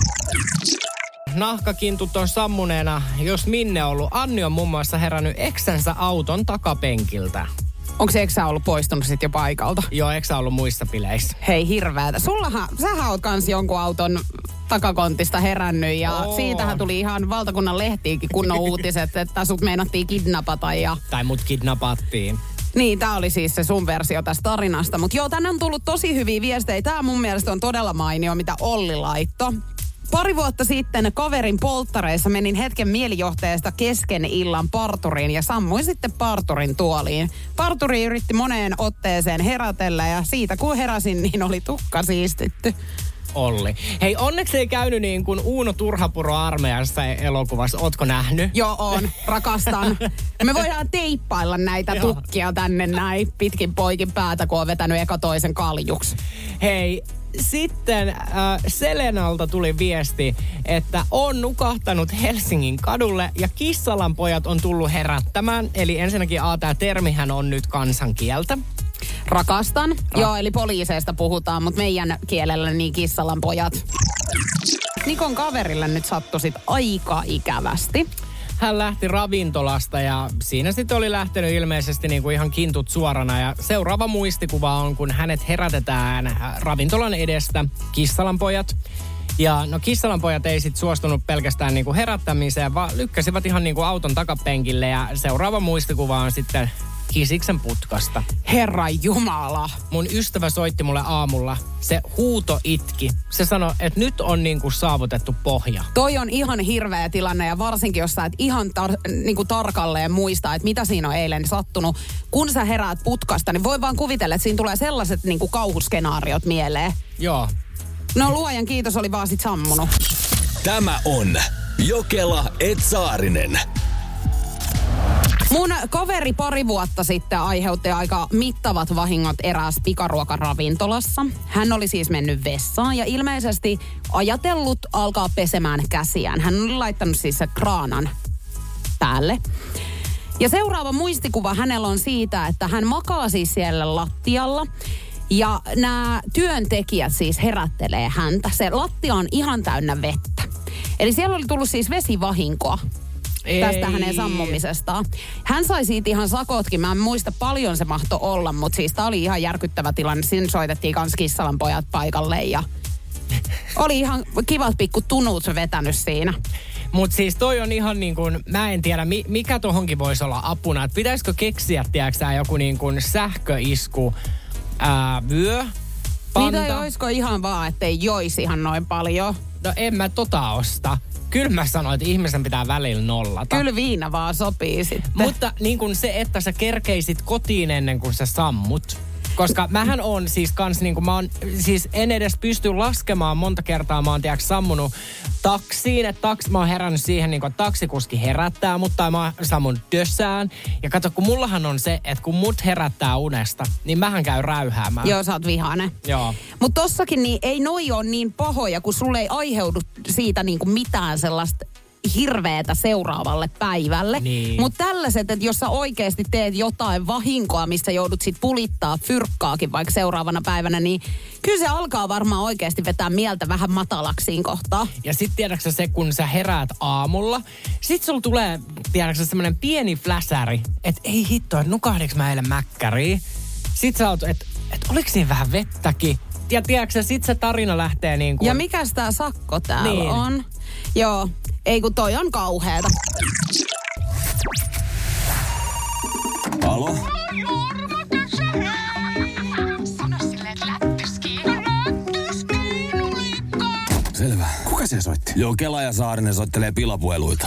Nahkakintut on sammuneena, jos minne ollut. Anni on muun muassa herännyt eksänsä auton takapenkiltä. Onko se eksä ollut poistunut sitten jo paikalta? Joo, eksä ollut muissa bileissä. Hei, hirveätä. Sähän oot kans jonkun auton takakontista herännyt ja siitähän tuli ihan valtakunnan lehtiinkin kunnon uutiset, että sut meinattiin kidnapata Tai mut kidnapattiin. Niin, tää oli siis se sun versio tästä tarinasta. Mutta joo, tänne on tullut tosi hyviä viestejä. Tää mun mielestä on todella mainio, mitä Olli laitto. Pari vuotta sitten kaverin polttareissa menin hetken mielijohteesta kesken illan parturiin ja sammuin sitten parturin tuoliin. Parturi yritti moneen otteeseen herätellä ja siitä kun heräsin, niin oli tukka siistitty. Olli. Hei, onneksi ei käynyt niin kuin Uuno Turhapuro armeijassa elokuvassa. Ootko nähnyt? Joo, on. Rakastan. Me voidaan teippailla näitä tukkia tänne näin pitkin poikin päätä, kun on vetänyt eka toisen kaljuksi. Hei, sitten Selenalta tuli viesti, että on nukahtanut Helsingin kadulle ja Kissalan pojat on tullut herättämään. Eli ensinnäkin tämä termihän on nyt kansankieltä. Rakastan. Joo, eli poliiseista puhutaan, mutta meidän kielellä niin Kissalan pojat. Nikon kaverille nyt sattui sit aika ikävästi. Hän lähti ravintolasta ja siinä sitten oli lähtenyt ilmeisesti niinku ihan kintut suorana. Ja seuraava muistikuva on, kun hänet herätetään ravintolan edestä, Kissalan pojat. Ja no Kissalan pojat ei sitten suostunut pelkästään niinku herättämiseen, vaan lykkäsivät ihan niinku auton takapenkille. Ja seuraava muistikuva on sitten Hisiksen putkasta. Herran jumala. Mun ystävä soitti mulle aamulla. Se huuto itki. Se sanoi, että nyt on niinku saavutettu pohja. Toi on ihan hirveä tilanne ja varsinkin, jos sä et ihan niinku tarkalleen muista, että mitä siinä on eilen sattunut. Kun sä heräät putkasta, niin voi vaan kuvitella, että siinä tulee sellaiset niinku kauhuskenaariot mieleen. Joo. No luojan kiitos, oli vaan sit sammunut. Tämä on Jokela & Saarinen. Mun kaveri pari vuotta sitten aiheutti aika mittavat vahingot erääs pikaruokaravintolassa. Hän oli siis mennyt vessaan ja ilmeisesti ajatellut alkaa pesemään käsiään. Hän oli laittanut siis se kraanan päälle. Ja seuraava muistikuva hänellä on siitä, että hän makaa siis siellä lattialla. Ja nämä työntekijät siis herättelee häntä. Se lattia on ihan täynnä vettä. Eli siellä oli tullut siis vesivahinkoa. Tästä hänen sammumisestaan. Hän sai siitä ihan sakotkin. Mä en muista paljon se mahtoi olla, mutta siis tää oli ihan järkyttävä tilanne. Siinä soitettiin kans Kissalan pojat paikalle ja oli ihan kivat pikku tunut vetänyt siinä. Mut siis toi on ihan niin kuin, mä en tiedä mikä tohonkin voisi olla apuna. Et pitäisikö keksiä, tiedäksä, joku niin kuin sähköisku vyö, panta. Niitä olisiko ihan vaan, ettei joisi ihan noin paljon. No en mä osta. Kyllä mä sanoin, että ihmisen pitää välillä nollata. Kyllä viina vaan sopii sitten. Mutta niin kuin se, että sä kerkeisit kotiin ennen kuin sä sammut. Koska mähän on siis kans niin kuin en edes pysty laskemaan monta kertaa. Mä oon sammunut taksiin. Että mä oon herännyt siihen, niin kuin, että taksikuski herättää mut tai mä oon sammunut dössään. Ja kato, kun mullahan on se, että kun mut herättää unesta, niin mähän käy räyhäämään. Joo, sä oot vihainen. Joo. Mutta tossakin niin ei noi ole niin pahoja, kun sulle ei aiheudu siitä niin kuin mitään sellaista hirveetä seuraavalle päivälle. Niin. Mutta tällaiset, että jos sä oikeasti teet jotain vahinkoa, missä joudut sit pulittaa fyrkkaakin vaikka seuraavana päivänä, niin kyllä se alkaa varmaan oikeasti vetää mieltä vähän matalaksi siinä kohtaa. Ja sit tiedäksä se, kun sä heräät aamulla, sit sulla tulee, tiedäksä, semmonen pieni fläsäri, että ei hitto, että nukahdinko mä eilen mäkkäriin. Sit sä oot, että oliks siinä vähän vettäkin? Ja tiedäksä, sit se tarina lähtee niin kuin... Ja mikäs tää sakko täällä niin on? Joo, ei kun toi on kauheeta. Alo? Selvä. Kuka se soitti? Jokela ja Saarinen soittelee pilapueluita.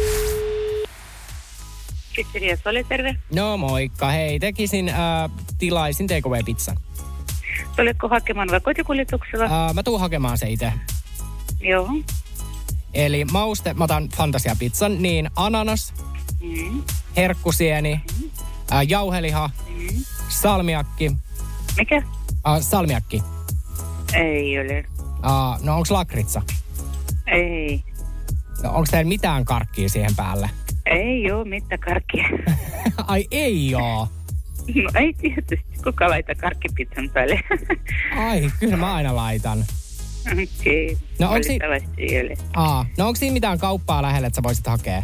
Pizzeria Sole, terve. No moikka, hei, tilaisin takeaway-pizzan. Oletko hakemaan vai kotikuljetuksella? Mä tuun hakemaan se itse. Joo. Eli mauste, mä otan fantasiapizzan, niin ananas, herkkusieni, jauheliha, salmiakki. Mikä? Salmiakki. Ei ole. No onks lakritsa? Ei. No onks teillä mitään karkkia siihen päälle? Ei oo mitään karkkia. Ai ei oo. No ei tietysti. Kuka laittaa karkkipizzan päälle? Ai, kyllä mä aina laitan. Okei. No No onko siinä mitään kauppaa lähellä, että sä voisit hakea?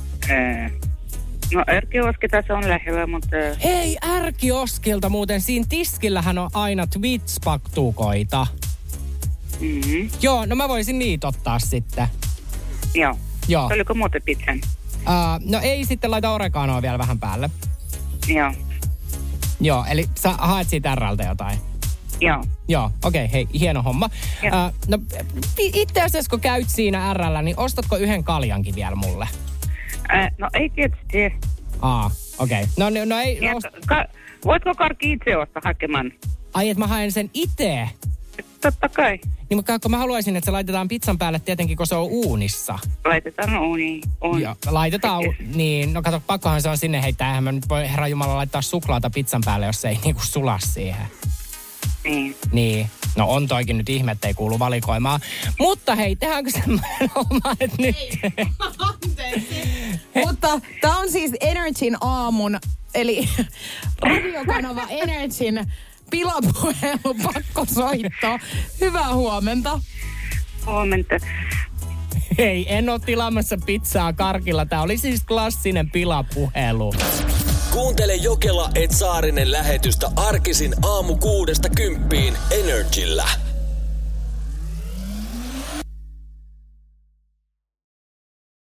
No Ärkioski tässä on lähellä, mutta... Hei, Ärkioskilta muuten. Siinä tiskillähän on aina Twitch-paktukoita. Mm-hmm. Joo, no mä voisin niitä ottaa sitten. Joo. Oliko muuten pizzan? No ei, sitten laita oreganoa vielä vähän päälle. Joo, eli sä haet siitä R:ltä jotain? Joo, okei, hei, hieno homma. No itse asiassa kun käyt siinä R:llä, niin ostatko yhden kaljankin vielä mulle? No ei tietysti. Okei. No ei... Voitko karkki itse ostaa hakemaan? Ai, että mä haen sen itse? Totta kai. Niin, mutta kun mä haluaisin, että se laitetaan pizzan päälle tietenkin, kun se on uunissa. Laitetaan uuniin. Joo, laitetaan niin. No kato, pakkohan se on sinne heittää. Eihän mä nyt voi, herra jumala, laittaa suklaata pizzan päälle, jos se ei niinku sula siihen. Niin. No on toikin nyt ihme, ettei kuulu valikoimaan. Mutta hei, tehdäänkö semmoinen homma, että nyt... Mutta tää on siis Energyn aamun, eli radiokanava Energyn pilapuhelu, pakko soittaa. Hyvää huomenta. Huomenta. Hei, en oo tilaamassa pizzaa karkilla. Tää oli siis klassinen pilapuhelu. Kuuntele Jokela & Saarinen lähetystä arkisin aamu 6–10 Energillä.